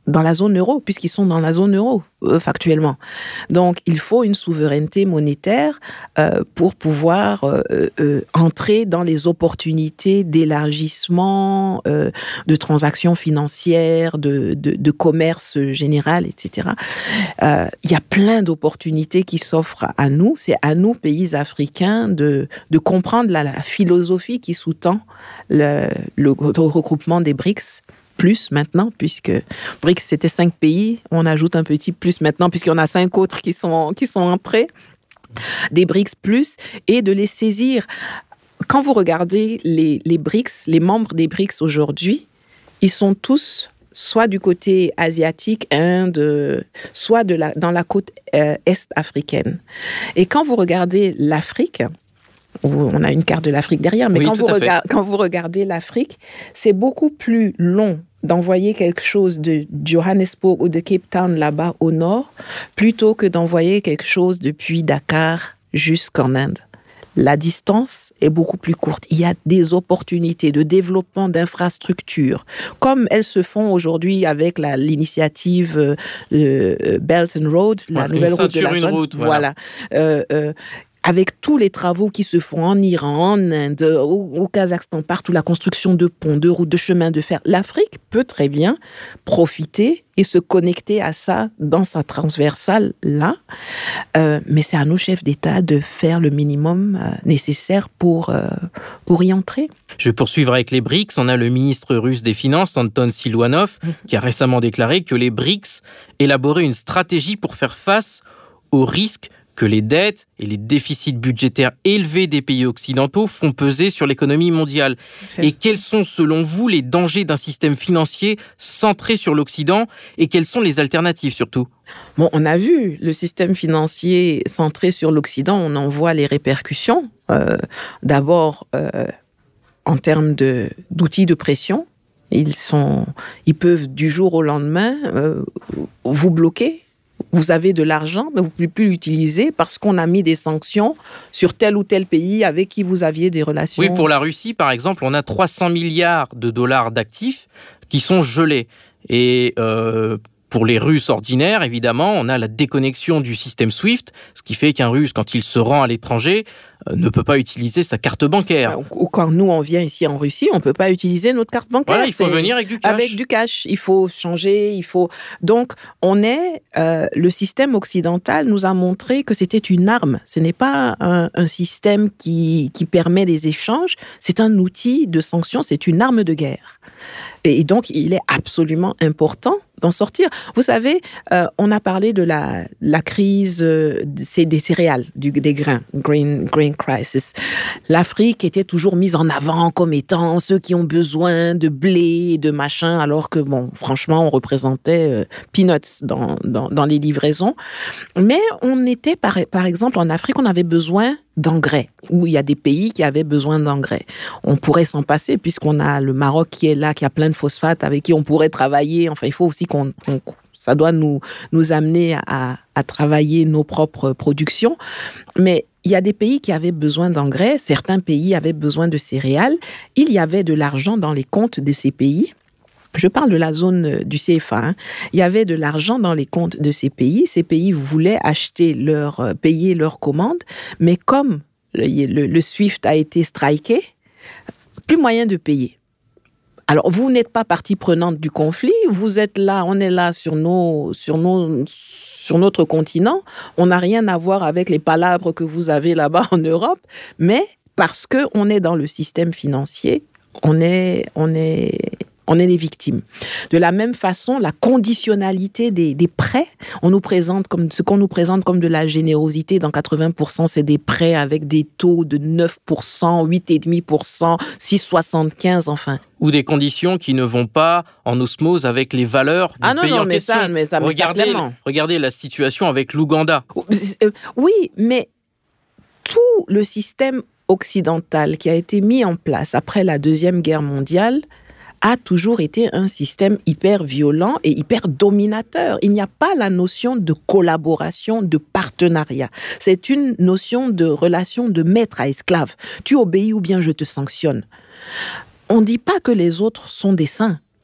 Speaker 4: dans la zone euro, puisqu'ils sont dans la zone euro, factuellement. Donc, il faut une souveraineté monétaire pour pouvoir entrer dans les opportunités d'élargissement, de transactions financières, de commerce général, etc. Il y a plein d'opportunités qui s'offrent à nous. C'est à nous, pays africains, de comprendre la philosophie qui sous-tend le regroupement des BRICS, plus maintenant, puisque BRICS, c'était 5 pays. On ajoute un petit plus maintenant, puisqu'il y en a 5 autres qui sont entrés. Des BRICS plus, et de les saisir. Quand vous regardez les BRICS, les membres des BRICS aujourd'hui, ils sont tous soit du côté asiatique, Inde, soit dans la côte est africaine. Et quand vous regardez l'Afrique, on a une carte de l'Afrique derrière, mais oui, quand vous regardez l'Afrique, c'est beaucoup plus long d'envoyer quelque chose de Johannesburg ou de Cape Town là-bas au nord, plutôt que d'envoyer quelque chose depuis Dakar jusqu'en Inde. La distance est beaucoup plus courte. Il y a des opportunités de développement d'infrastructures, comme elles se font aujourd'hui avec l'initiative Belt and Road, la nouvelle route de la zone. Voilà. Avec tous les travaux qui se font en Iran, en Inde, au Kazakhstan, partout, la construction de ponts, de routes, de chemins de fer. L'Afrique peut très bien profiter et se connecter à ça dans sa transversale là. Mais c'est à nos chefs d'État de faire le minimum nécessaire pour y entrer.
Speaker 2: Je vais poursuivre avec les BRICS. On a le ministre russe des Finances, Anton Siluanov, qui a récemment déclaré que les BRICS élaboraient une stratégie pour faire face aux risques que les dettes et les déficits budgétaires élevés des pays occidentaux font peser sur l'économie mondiale. Et quels sont, selon vous, les dangers d'un système financier centré sur l'Occident et quelles sont les alternatives surtout ?
Speaker 4: Bon, on a vu le système financier centré sur l'Occident, on en voit les répercussions. D'abord, en termes d'outils de pression, ils peuvent du jour au lendemain vous bloquer. Vous avez de l'argent, mais vous ne pouvez plus l'utiliser parce qu'on a mis des sanctions sur tel ou tel pays avec qui vous aviez des relations.
Speaker 2: Oui, pour la Russie, par exemple, on a 300 milliards de dollars d'actifs qui sont gelés. Et pour les Russes ordinaires, évidemment, on a la déconnexion du système SWIFT, ce qui fait qu'un Russe, quand il se rend à l'étranger, ne peut pas utiliser sa carte bancaire.
Speaker 4: Ou quand nous, on vient ici en Russie, on ne peut pas utiliser notre carte bancaire.
Speaker 2: Voilà, il faut venir avec du cash.
Speaker 4: Avec du cash, il faut changer, Donc, le système occidental nous a montré que c'était une arme. Ce n'est pas un système qui permet les échanges, c'est un outil de sanction, c'est une arme de guerre. Et donc, il est absolument important d'en sortir. Vous savez, on a parlé de la crise des céréales, des grains, grain crisis. L'Afrique était toujours mise en avant comme étant ceux qui ont besoin de blé et de machin, alors que, bon, franchement, on représentait peanuts dans les livraisons. Mais on était, par exemple, en Afrique, on avait besoin d'engrais, où il y a des pays qui avaient besoin d'engrais. On pourrait s'en passer, puisqu'on a le Maroc qui est là, qui a plein de phosphates, avec qui on pourrait travailler. Enfin, il faut aussi ça doit nous amener à travailler nos propres productions. Mais il y a des pays qui avaient besoin d'engrais, certains pays avaient besoin de céréales. Il y avait de l'argent dans les comptes de ces pays. Je parle de la zone du CFA. Il y avait de l'argent dans les comptes de ces pays. Ces pays voulaient payer leurs commandes, mais comme le SWIFT a été striké, plus moyen de payer. Alors, vous n'êtes pas partie prenante du conflit, vous êtes là, on est là sur notre continent, on n'a rien à voir avec les palabres que vous avez là-bas en Europe, mais parce qu'on est dans le système financier, on est les victimes. De la même façon, la conditionnalité des prêts, ce qu'on nous présente comme de la générosité, dans 80%, c'est des prêts avec des taux de 9%, 8,5%, 6,75%, enfin.
Speaker 2: Ou des conditions qui ne vont pas en osmose avec les valeurs du pays en question. Regardez la situation avec l'Ouganda.
Speaker 4: Oui, mais tout le système occidental qui a été mis en place après la Deuxième Guerre mondiale a toujours été un système hyper violent et hyper dominateur. Il n'y a pas la notion de collaboration, de partenariat. C'est une notion de relation de maître à esclave. Tu obéis ou bien je te sanctionne. On ne dit pas que les autres sont des saints.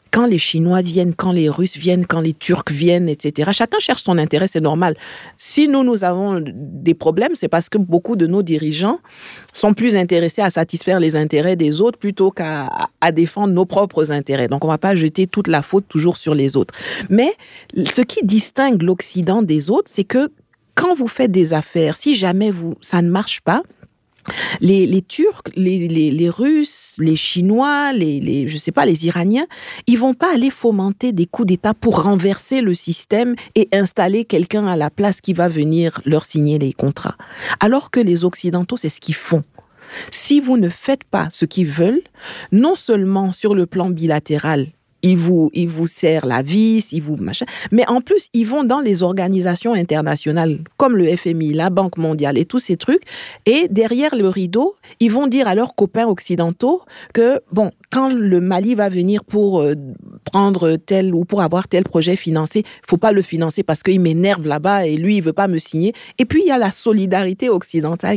Speaker 4: quand les Chinois viennent, quand les Russes viennent, quand les Turcs viennent, etc., chacun cherche son intérêt, c'est normal. Si nous avons des problèmes, c'est parce que beaucoup de nos dirigeants sont plus intéressés à satisfaire les intérêts des autres plutôt qu'à défendre nos propres intérêts. Donc, on ne va pas jeter toute la faute toujours sur les autres. Mais ce qui distingue l'Occident des autres, c'est que quand vous faites des affaires, si jamais ça ne marche pas, les Turcs, les Russes, les Chinois, je sais pas, les Iraniens, ils vont pas aller fomenter des coups d'État pour renverser le système et installer quelqu'un à la place qui va venir leur signer les contrats. Alors que les Occidentaux, c'est ce qu'ils font. Si vous ne faites pas ce qu'ils veulent, non seulement sur le plan bilatéral, ils vous serrent la vis, mais en plus, ils vont dans les organisations internationales, comme le FMI, la Banque mondiale et tous ces trucs, et derrière le rideau, ils vont dire à leurs copains occidentaux que, bon, quand le Mali va venir pour prendre tel ou pour avoir tel projet financé, faut pas le financer parce qu'il m'énerve là-bas et lui, il veut pas me signer. Et puis, il y a la solidarité occidentale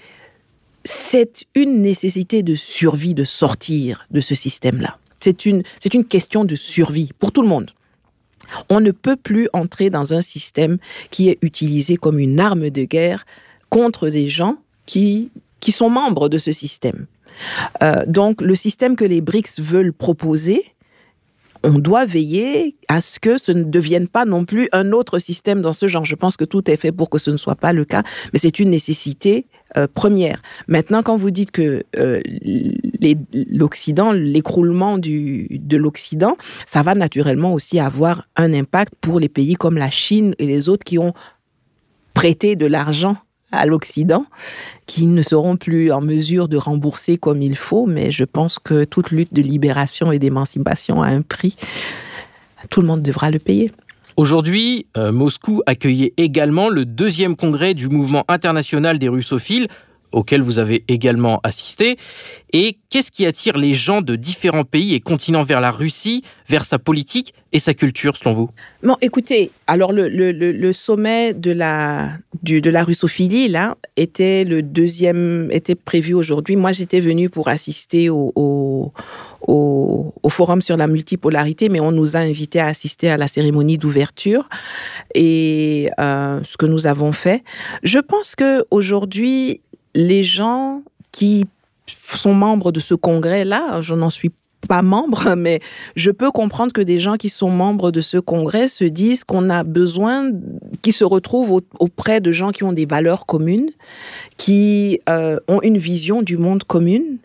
Speaker 4: c'est une nécessité de survie de sortir de ce système-là. C'est une question de survie pour tout le monde. On ne peut plus entrer dans un système qui est utilisé comme une arme de guerre contre des gens qui sont membres de ce système. Donc, le système que les BRICS veulent proposer, on doit veiller à ce que ce ne devienne pas non plus un autre système dans ce genre. Je pense que tout est fait pour que ce ne soit pas le cas, mais c'est une nécessité première. Maintenant, quand vous dites que l'Occident, l'écroulement de l'Occident, ça va naturellement aussi avoir un impact pour les pays comme la Chine et les autres qui ont prêté de l'argent à l'Occident, qui ne seront plus en mesure de rembourser comme il faut, mais je pense que toute lutte de libération et d'émancipation a un prix. Tout le monde devra le payer.
Speaker 2: Aujourd'hui, Moscou accueillait également le 2e congrès du mouvement international des russophiles, auquel vous avez également assisté. Et qu'est-ce qui attire les gens de différents pays et continents vers la Russie, vers sa politique et sa culture, selon vous ?
Speaker 4: Bon, écoutez, alors le sommet de la russophilie, là, était prévu aujourd'hui. Moi, j'étais venue pour assister au forum sur la multipolarité, mais on nous a invités à assister à la cérémonie d'ouverture et ce que nous avons fait. Je pense qu'aujourd'hui, les gens qui sont membres de ce congrès-là, je n'en suis pas membre, mais je peux comprendre que des gens qui sont membres de ce congrès se disent qu'on a besoin, qu'ils se retrouvent auprès de gens qui ont des valeurs communes, qui ont une vision du monde commune.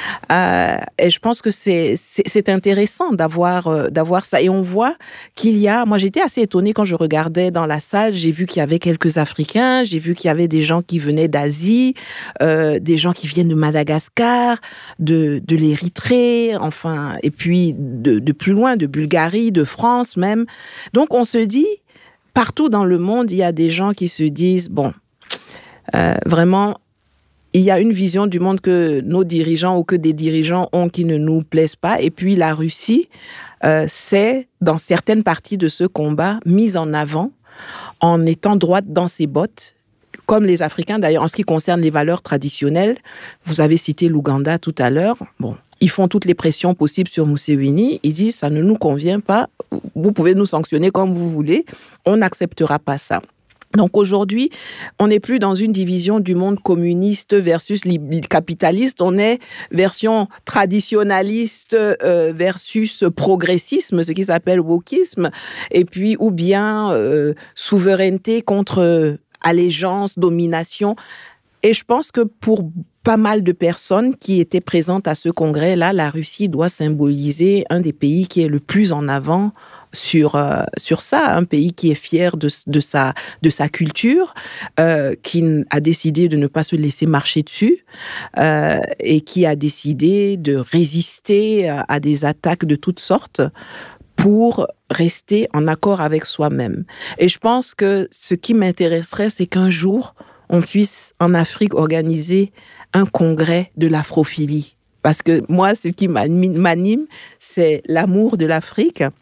Speaker 4: Et je pense que c'est intéressant d'avoir ça. Et on voit qu'il y a... Moi, j'étais assez étonnée quand je regardais dans la salle. J'ai vu qu'il y avait quelques Africains. J'ai vu qu'il y avait des gens qui venaient d'Asie, des gens qui viennent de Madagascar, de l'Érythrée, enfin, et puis de plus loin, de Bulgarie, de France même. Donc, on se dit, partout dans le monde, il y a des gens qui se disent, bon, vraiment... Il y a une vision du monde que nos dirigeants ou que des dirigeants ont qui ne nous plaisent pas. Et puis la Russie, c'est, dans certaines parties de ce combat, mise en avant en étant droite dans ses bottes, comme les Africains. D'ailleurs, en ce qui concerne les valeurs traditionnelles, vous avez cité l'Ouganda tout à l'heure. Bon, ils font toutes les pressions possibles sur Museveni. Ils disent, ça ne nous convient pas. Vous pouvez nous sanctionner comme vous voulez. On n'acceptera pas ça. Donc aujourd'hui, on n'est plus dans une division du monde communiste versus capitaliste, on est version traditionnaliste versus progressisme, ce qui s'appelle wokisme, et puis ou bien souveraineté contre allégeance, domination. Et je pense que pour pas mal de personnes qui étaient présentes à ce congrès-là, la Russie doit symboliser un des pays qui est le plus en avant sur ça, un pays qui est fier de sa culture, qui a décidé de ne pas se laisser marcher dessus et qui a décidé de résister à des attaques de toutes sortes pour rester en accord avec soi-même. Et je pense que ce qui m'intéresserait, c'est qu'un jour, on puisse en Afrique organiser un congrès de l'afrophilie. Parce que moi, ce qui m'anime, c'est l'amour de l'Afrique.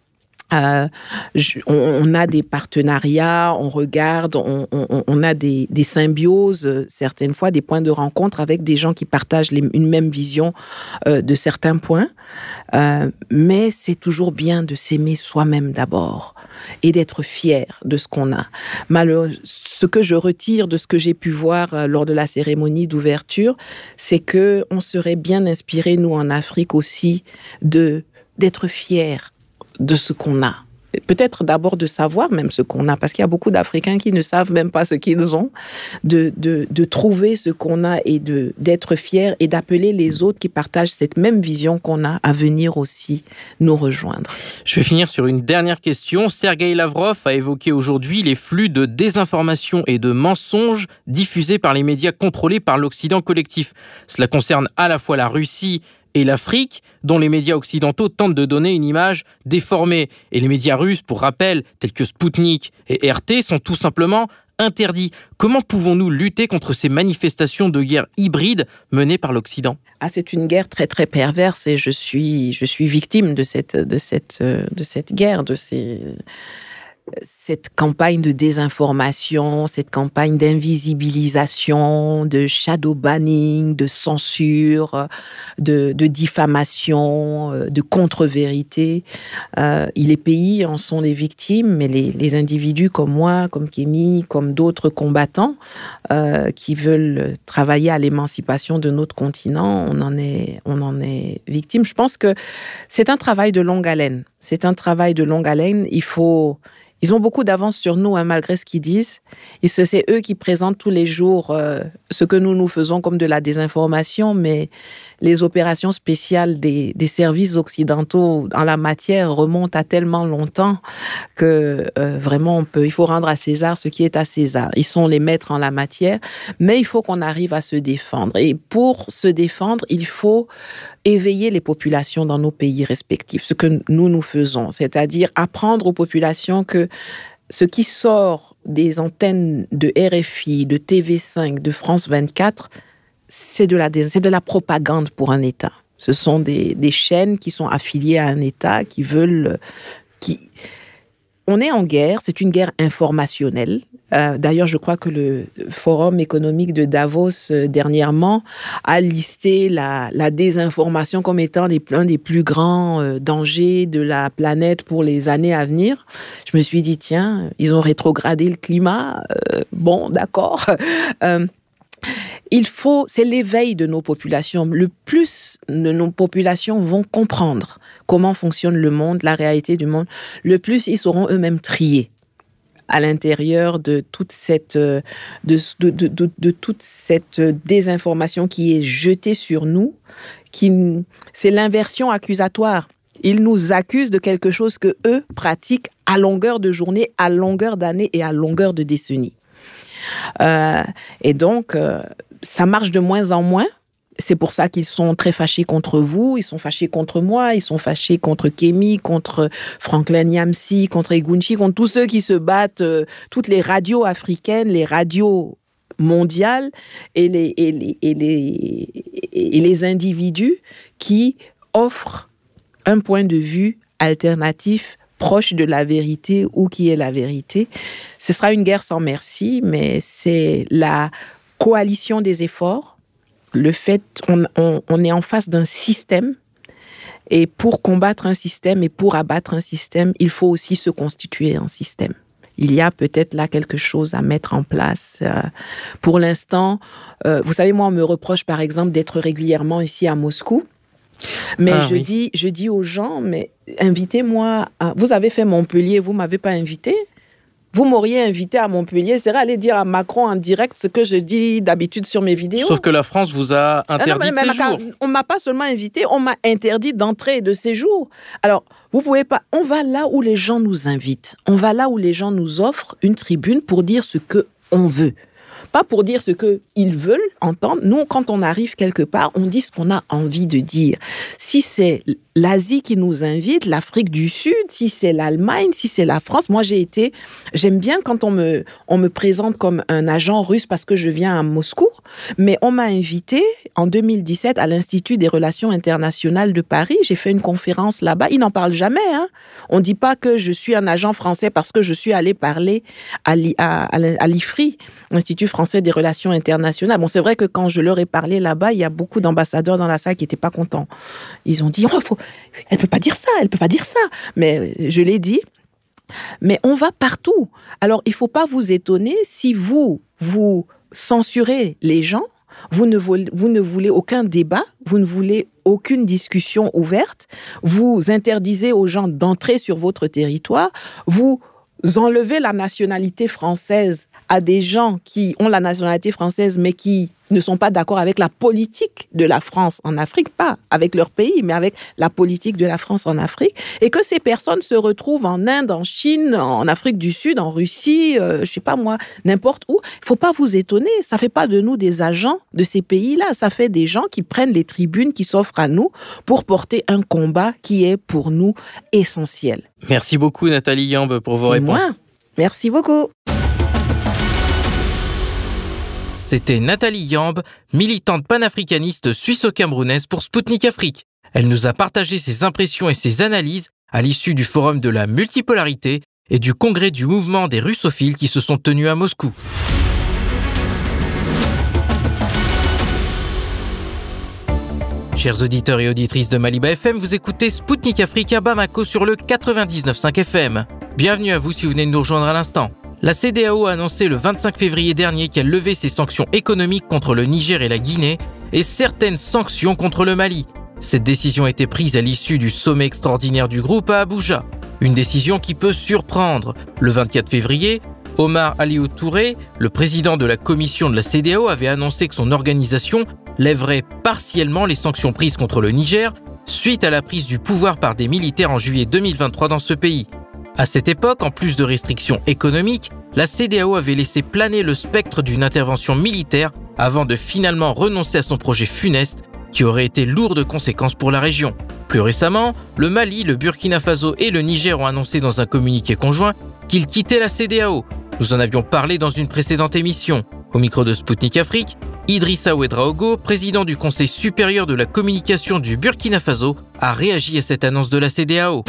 Speaker 4: On a des partenariats, on regarde, on a des symbioses, certaines fois des points de rencontre avec des gens qui partagent une même vision de certains points. Mais c'est toujours bien de s'aimer soi-même d'abord et d'être fier de ce qu'on a. Ce que je retire de ce que j'ai pu voir lors de la cérémonie d'ouverture, c'est que on serait bien inspiré, nous en Afrique aussi, d'être fiers de ce qu'on a. Peut-être d'abord de savoir même ce qu'on a, parce qu'il y a beaucoup d'Africains qui ne savent même pas ce qu'ils ont, de trouver ce qu'on a et d'être fiers et d'appeler les autres qui partagent cette même vision qu'on a à venir aussi nous rejoindre.
Speaker 2: Je vais finir sur une dernière question. Sergueï Lavrov a évoqué aujourd'hui les flux de désinformation et de mensonges diffusés par les médias contrôlés par l'Occident collectif. Cela concerne à la fois la Russie et l'Afrique, dont les médias occidentaux tentent de donner une image déformée. Et les médias russes, pour rappel, tels que Sputnik et RT, sont tout simplement interdits. Comment pouvons-nous lutter contre ces manifestations de guerre hybride menées par l'Occident ?
Speaker 4: C'est une guerre très très perverse et je suis victime de cette guerre, cette campagne de désinformation, cette campagne d'invisibilisation, de shadow banning, de censure, de diffamation, de contre-vérité. Les pays en sont les victimes, mais les individus comme moi, comme Kémy, comme d'autres combattants qui veulent travailler à l'émancipation de notre continent, on en est victime. Je pense que c'est un travail de longue haleine. Ils ont beaucoup d'avance sur nous, malgré ce qu'ils disent. Et c'est eux qui présentent tous les jours ce que nous faisons comme de la désinformation, mais les opérations spéciales des services occidentaux en la matière remontent à tellement longtemps que vraiment il faut rendre à César ce qui est à César. Ils sont les maîtres en la matière, mais il faut qu'on arrive à se défendre. Et pour se défendre, il faut éveiller les populations dans nos pays respectifs, ce que nous faisons, c'est-à-dire apprendre aux populations que ce qui sort des antennes de RFI, de TV5, de France 24, c'est de la propagande pour un État. Ce sont des chaînes qui sont affiliées à un État qui veulent... On est en guerre, c'est une guerre informationnelle. D'ailleurs, je crois que le Forum économique de Davos, dernièrement, a listé la désinformation comme étant un des plus grands dangers de la planète pour les années à venir. Je me suis dit, tiens, ils ont rétrogradé le climat. Bon, d'accord. C'est l'éveil de nos populations. Le plus de nos populations vont comprendre comment fonctionne le monde, la réalité du monde, le plus ils sauront eux-mêmes trier à l'intérieur de toute cette désinformation qui est jetée sur nous. C'est l'inversion accusatoire. Ils nous accusent de quelque chose que eux pratiquent à longueur de journée, à longueur d'année et à longueur de décennies. Et donc, ça marche de moins en moins. C'est pour ça qu'ils sont très fâchés contre vous, ils sont fâchés contre moi, ils sont fâchés contre Kémy, contre Franklin Nyamsi, contre Egunchi, contre tous ceux qui se battent, toutes les radios africaines, les radios mondiales et les individus qui offrent un point de vue alternatif, proche de la vérité ou qui est la vérité. Ce sera une guerre sans merci, mais c'est la coalition des efforts. Le fait, on est en face d'un système, et pour combattre un système et pour abattre un système, il faut aussi se constituer un système. Il y a peut-être là quelque chose à mettre en place. Pour l'instant, vous savez, moi, on me reproche par exemple d'être régulièrement ici à Moscou. Mais je dis aux gens, mais invitez-moi. Vous avez fait Montpellier, vous ne m'avez pas invité. Vous m'auriez invité à Montpellier, c'est aller dire à Macron en direct ce que je dis d'habitude sur mes vidéos.
Speaker 2: Sauf que la France vous a interdit de séjour.
Speaker 4: On ne m'a pas seulement invité, on m'a interdit d'entrée et de séjour. Alors, vous pouvez pas... On va là où les gens nous invitent. On va là où les gens nous offrent une tribune pour dire ce qu'on veut. Pas pour dire ce qu'ils veulent entendre. Nous, quand on arrive quelque part, on dit ce qu'on a envie de dire. Si c'est l'Asie qui nous invite, l'Afrique du Sud, si c'est l'Allemagne, si c'est la France. Moi, j'aime bien quand on me présente comme un agent russe parce que je viens à Moscou, mais on m'a invité en 2017 à l'Institut des Relations internationales de Paris. J'ai fait une conférence là-bas. Ils n'en parlent jamais, hein. On ne dit pas que je suis un agent français parce que je suis allé parler à l'IFRI, l'Institut français des Relations internationales. Bon, c'est vrai que quand je leur ai parlé là-bas, il y a beaucoup d'ambassadeurs dans la salle qui n'étaient pas contents. Ils ont dit, elle peut pas dire ça. Mais je l'ai dit. Mais on va partout. Alors, il faut pas vous étonner si vous censurez les gens. Vous ne voulez aucun débat, vous ne voulez aucune discussion ouverte, vous interdisez aux gens d'entrer sur votre territoire, vous enlevez la nationalité française à des gens qui ont la nationalité française mais qui ne sont pas d'accord avec la politique de la France en Afrique, pas avec leur pays, mais avec la politique de la France en Afrique, et que ces personnes se retrouvent en Inde, en Chine, en Afrique du Sud, en Russie, je sais pas moi, n'importe où. Il faut pas vous étonner, ça fait pas de nous des agents de ces pays-là, ça fait des gens qui prennent les tribunes qui s'offrent à nous pour porter un combat qui est pour nous essentiel.
Speaker 2: Merci beaucoup Nathalie Yamb pour vos réponses.
Speaker 4: Moi. Merci beaucoup.
Speaker 2: C'était Nathalie Yamb, militante panafricaniste suisse-camerounaise pour Spoutnik Afrique. Elle nous a partagé ses impressions et ses analyses à l'issue du Forum de la multipolarité et du congrès du mouvement des russophiles qui se sont tenus à Moscou. Chers auditeurs et auditrices de Maliba FM, vous écoutez Spoutnik Afrique à Bamako sur le 99.5 FM. Bienvenue à vous si vous venez de nous rejoindre à l'instant. La CEDEAO a annoncé le 25 février dernier qu'elle levait ses sanctions économiques contre le Niger et la Guinée et certaines sanctions contre le Mali. Cette décision a été prise à l'issue du sommet extraordinaire du groupe à Abuja. Une décision qui peut surprendre. Le 24 février, Omar Aliou Touré, le président de la commission de la CEDEAO, avait annoncé que son organisation lèverait partiellement les sanctions prises contre le Niger suite à la prise du pouvoir par des militaires en juillet 2023 dans ce pays. À cette époque, en plus de restrictions économiques, la CEDEAO avait laissé planer le spectre d'une intervention militaire avant de finalement renoncer à son projet funeste qui aurait été lourd de conséquences pour la région. Plus récemment, le Mali, le Burkina Faso et le Niger ont annoncé dans un communiqué conjoint qu'ils quittaient la CEDEAO. Nous en avions parlé dans une précédente émission. Au micro de Spoutnik Afrique, Idrissa Ouedraogo, président du Conseil supérieur de la communication du Burkina Faso, a réagi à cette annonce de la CEDEAO.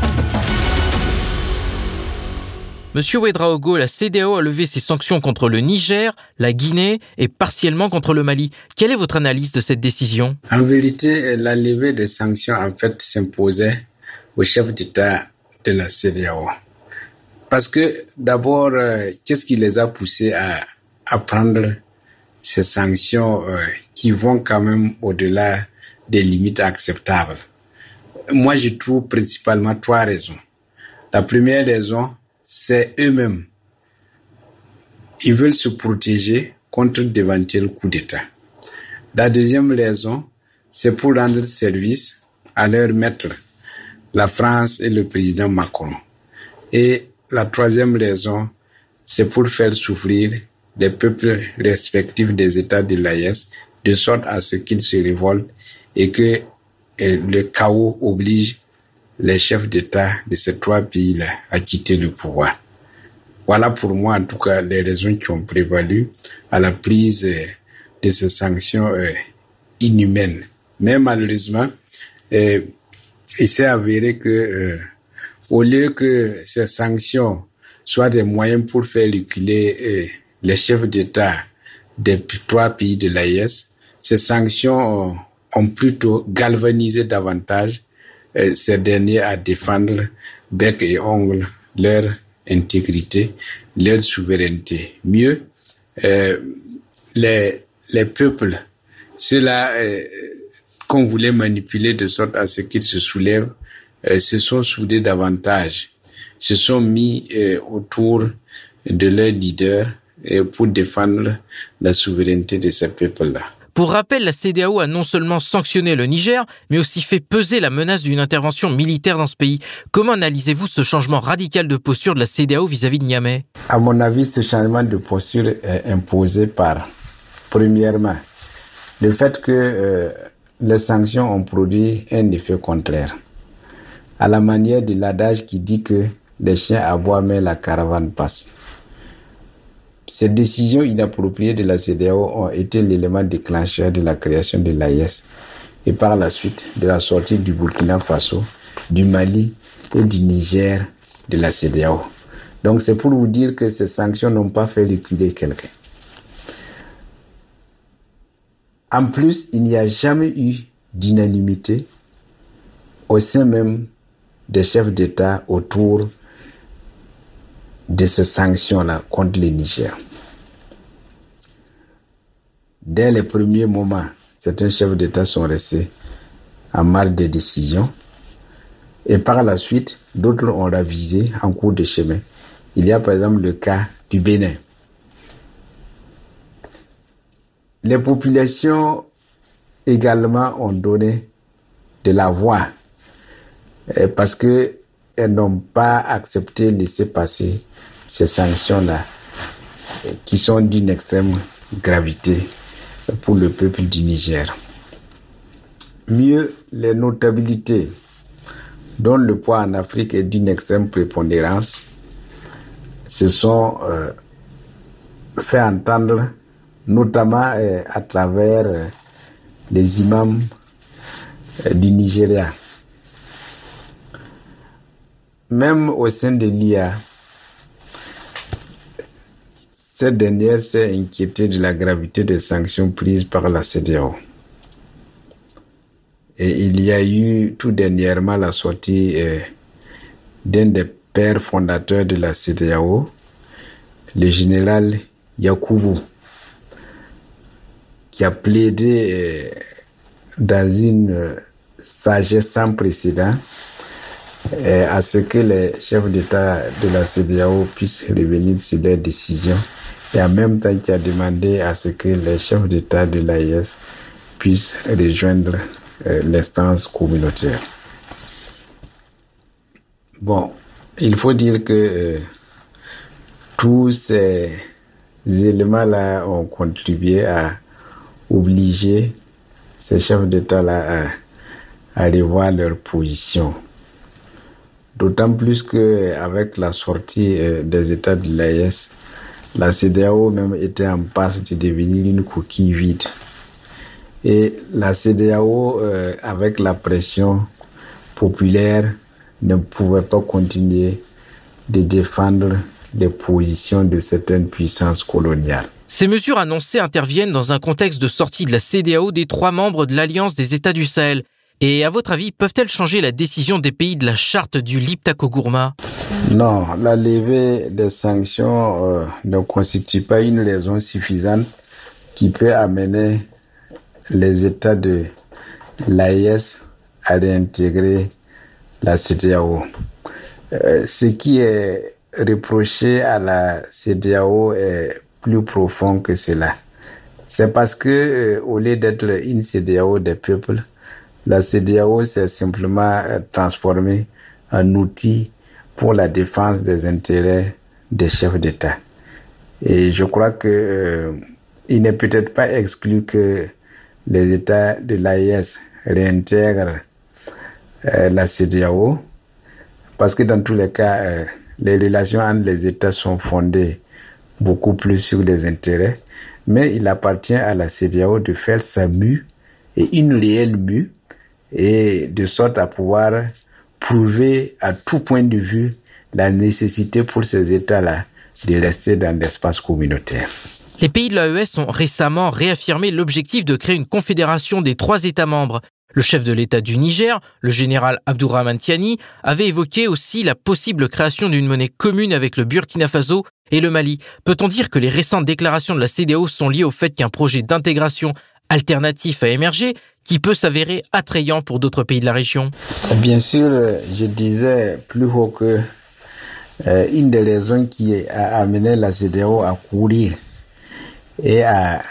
Speaker 2: Monsieur Ouedraogo, la CEDEAO a levé ses sanctions contre le Niger, la Guinée et partiellement contre le Mali. Quelle est votre analyse de cette décision ?
Speaker 5: En vérité, la levée des sanctions, en fait, s'imposait au chef d'État de la CEDEAO. Parce que, d'abord, qu'est-ce qui les a poussés à prendre ces sanctions qui vont quand même au-delà des limites acceptables ? Moi, je trouve principalement 3 raisons. La première raison, c'est eux-mêmes. Ils veulent se protéger contre d'éventuels coups d'État. La deuxième raison, c'est pour rendre service à leur maître, la France et le président Macron. Et la troisième raison, c'est pour faire souffrir les peuples respectifs des États de l'AES, de sorte à ce qu'ils se révoltent et que le chaos oblige les chefs d'État de ces 3 pays-là à quitter le pouvoir. Voilà pour moi, en tout cas, les raisons qui ont prévalu à la prise de ces sanctions inhumaines. Mais malheureusement, il s'est avéré que au lieu que ces sanctions soient des moyens pour faire reculer les chefs d'État des 3 pays de l'AES, ces sanctions ont plutôt galvanisé davantage ces derniers à défendre bec et ongle leur intégrité, leur souveraineté. Mieux, les peuples, ceux-là qu'on voulait manipuler de sorte à ce qu'ils se soulèvent, se sont soudés davantage, se sont mis autour de leurs leaders pour défendre la souveraineté de ces peuples-là.
Speaker 2: Pour rappel, la CEDEAO a non seulement sanctionné le Niger, mais aussi fait peser la menace d'une intervention militaire dans ce pays. Comment analysez-vous ce changement radical de posture de la CEDEAO vis-à-vis de Niamey ?
Speaker 5: À mon avis, ce changement de posture est imposé par, premièrement, le fait que les sanctions ont produit un effet contraire. À la manière de l'adage qui dit que les chiens aboient mais la caravane passe. Ces décisions inappropriées de la CEDEAO ont été l'élément déclencheur de la création de l'AES et par la suite de la sortie du Burkina Faso, du Mali et du Niger de la CEDEAO. Donc c'est pour vous dire que ces sanctions n'ont pas fait reculer quelqu'un. En plus, il n'y a jamais eu d'unanimité au sein même des chefs d'État autour de ces sanctions-là contre le Niger. Dès les premiers moments, certains chefs d'État sont restés en marge des décisions et par la suite, d'autres ont ravisé en cours de chemin. Il y a par exemple le cas du Bénin. Les populations également ont donné de la voix parce qu'elles n'ont pas accepté de laisser passer ces sanctions-là qui sont d'une extrême gravité pour le peuple du Niger. Mieux, les notabilités dont le poids en Afrique est d'une extrême prépondérance se sont fait entendre notamment à travers les imams du Nigeria. Même au sein de l'IA, cette dernière s'est inquiétée de la gravité des sanctions prises par la CEDEAO. Et il y a eu tout dernièrement la sortie d'un des pères fondateurs de la CEDEAO, le général Yakubu, qui a plaidé dans une sagesse sans précédent à ce que les chefs d'État de la CEDEAO puissent revenir sur leurs décisions et en même temps qui a demandé à ce que les chefs d'État de l'AES puissent rejoindre l'instance communautaire. Bon, il faut dire que tous ces éléments-là ont contribué à obliger ces chefs d'État-là à revoir leur position. D'autant plus qu'avec la sortie des États de l'AES, la CEDEAO même était en passe de devenir une coquille vide. Et la CEDEAO, avec la pression populaire, ne pouvait pas continuer de défendre les positions de certaines puissances coloniales.
Speaker 2: Ces mesures annoncées interviennent dans un contexte de sortie de la CEDEAO des 3 membres de l'Alliance des États du Sahel. Et à votre avis, peuvent-elles changer la décision des pays de la charte du Liptako-Gourma ?
Speaker 5: Non, la levée des sanctions ne constitue pas une raison suffisante qui peut amener les États de l'AES à réintégrer la CEDEAO. Ce qui est reproché à la CEDEAO est plus profond que cela. C'est parce que au lieu d'être une CEDEAO des peuples, la CEDEAO s'est simplement transformée en outil pour la défense des intérêts des chefs d'État. Et je crois que il n'est peut-être pas exclu que les États de l'AES réintègrent la CEDEAO, parce que dans tous les cas, les relations entre les États sont fondées beaucoup plus sur les intérêts, mais il appartient à la CEDEAO de faire sa mue, et une réelle mue, et de sorte à pouvoir prouver à tout point de vue la nécessité pour ces États-là de rester dans l'espace communautaire.
Speaker 2: Les pays de l'AES ont récemment réaffirmé l'objectif de créer une confédération des 3 États membres. Le chef de l'État du Niger, le général Abdourahmane Tiani, avait évoqué aussi la possible création d'une monnaie commune avec le Burkina Faso et le Mali. Peut-on dire que les récentes déclarations de la CEDEAO sont liées au fait qu'un projet d'intégration alternatif a émergé qui peut s'avérer attrayant pour d'autres pays de la région?
Speaker 5: Bien sûr, je disais plus haut que une des raisons qui a amené la CEDEAO à courir et à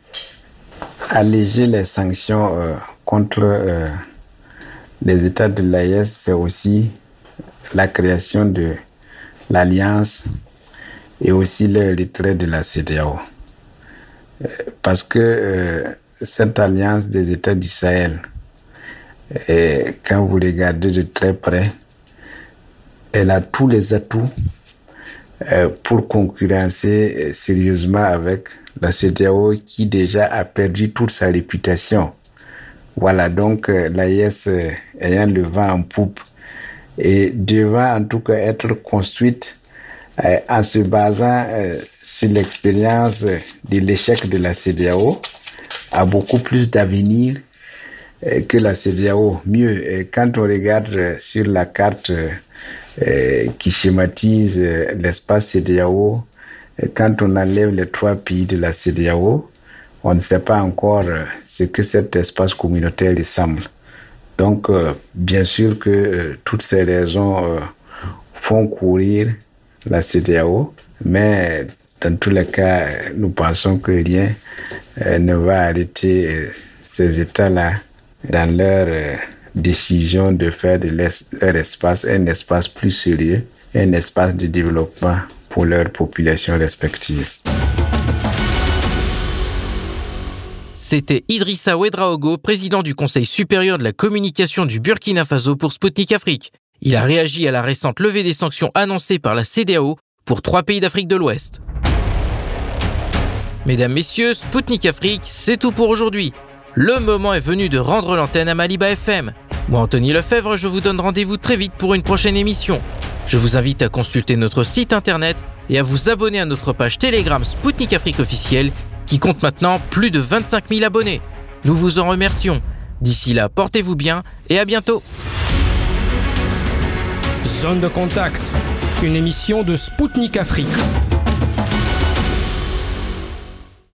Speaker 5: alléger les sanctions contre les États de l'AES, c'est aussi la création de l'Alliance et aussi le retrait de la CEDEAO. Parce que cette alliance des États du Sahel, et quand vous regardez de très près, elle a tous les atouts pour concurrencer sérieusement avec la CEDEAO qui déjà a perdu toute sa réputation. Voilà, donc l'AES ayant le vent en poupe et devant en tout cas être construite en se basant sur l'expérience de l'échec de la CEDEAO, a beaucoup plus d'avenir que la CEDEAO. Mieux, quand on regarde sur la carte qui schématise l'espace CEDEAO, quand on enlève les 3 pays de la CEDEAO, on ne sait pas encore ce que cet espace communautaire ressemble. Donc, bien sûr que toutes ces raisons font courir la CEDEAO, mais dans tous les cas, nous pensons que rien ne va arrêter ces États-là dans leur décision de faire de leur espace un espace plus sérieux, un espace de développement pour leurs populations respectives.
Speaker 2: C'était Idrissa Ouedraogo, président du Conseil supérieur de la communication du Burkina Faso pour Sputnik Afrique. Il a réagi à la récente levée des sanctions annoncées par la CEDEAO pour 3 pays d'Afrique de l'Ouest. Mesdames, Messieurs, Sputnik Afrique, c'est tout pour aujourd'hui. Le moment est venu de rendre l'antenne à Maliba FM. Moi, Anthony Lefebvre, je vous donne rendez-vous très vite pour une prochaine émission. Je vous invite à consulter notre site internet et à vous abonner à notre page Telegram Sputnik Afrique officielle qui compte maintenant plus de 25 000 abonnés. Nous vous en remercions. D'ici là, portez-vous bien et à bientôt.
Speaker 1: Zone de contact, une émission de Sputnik Afrique.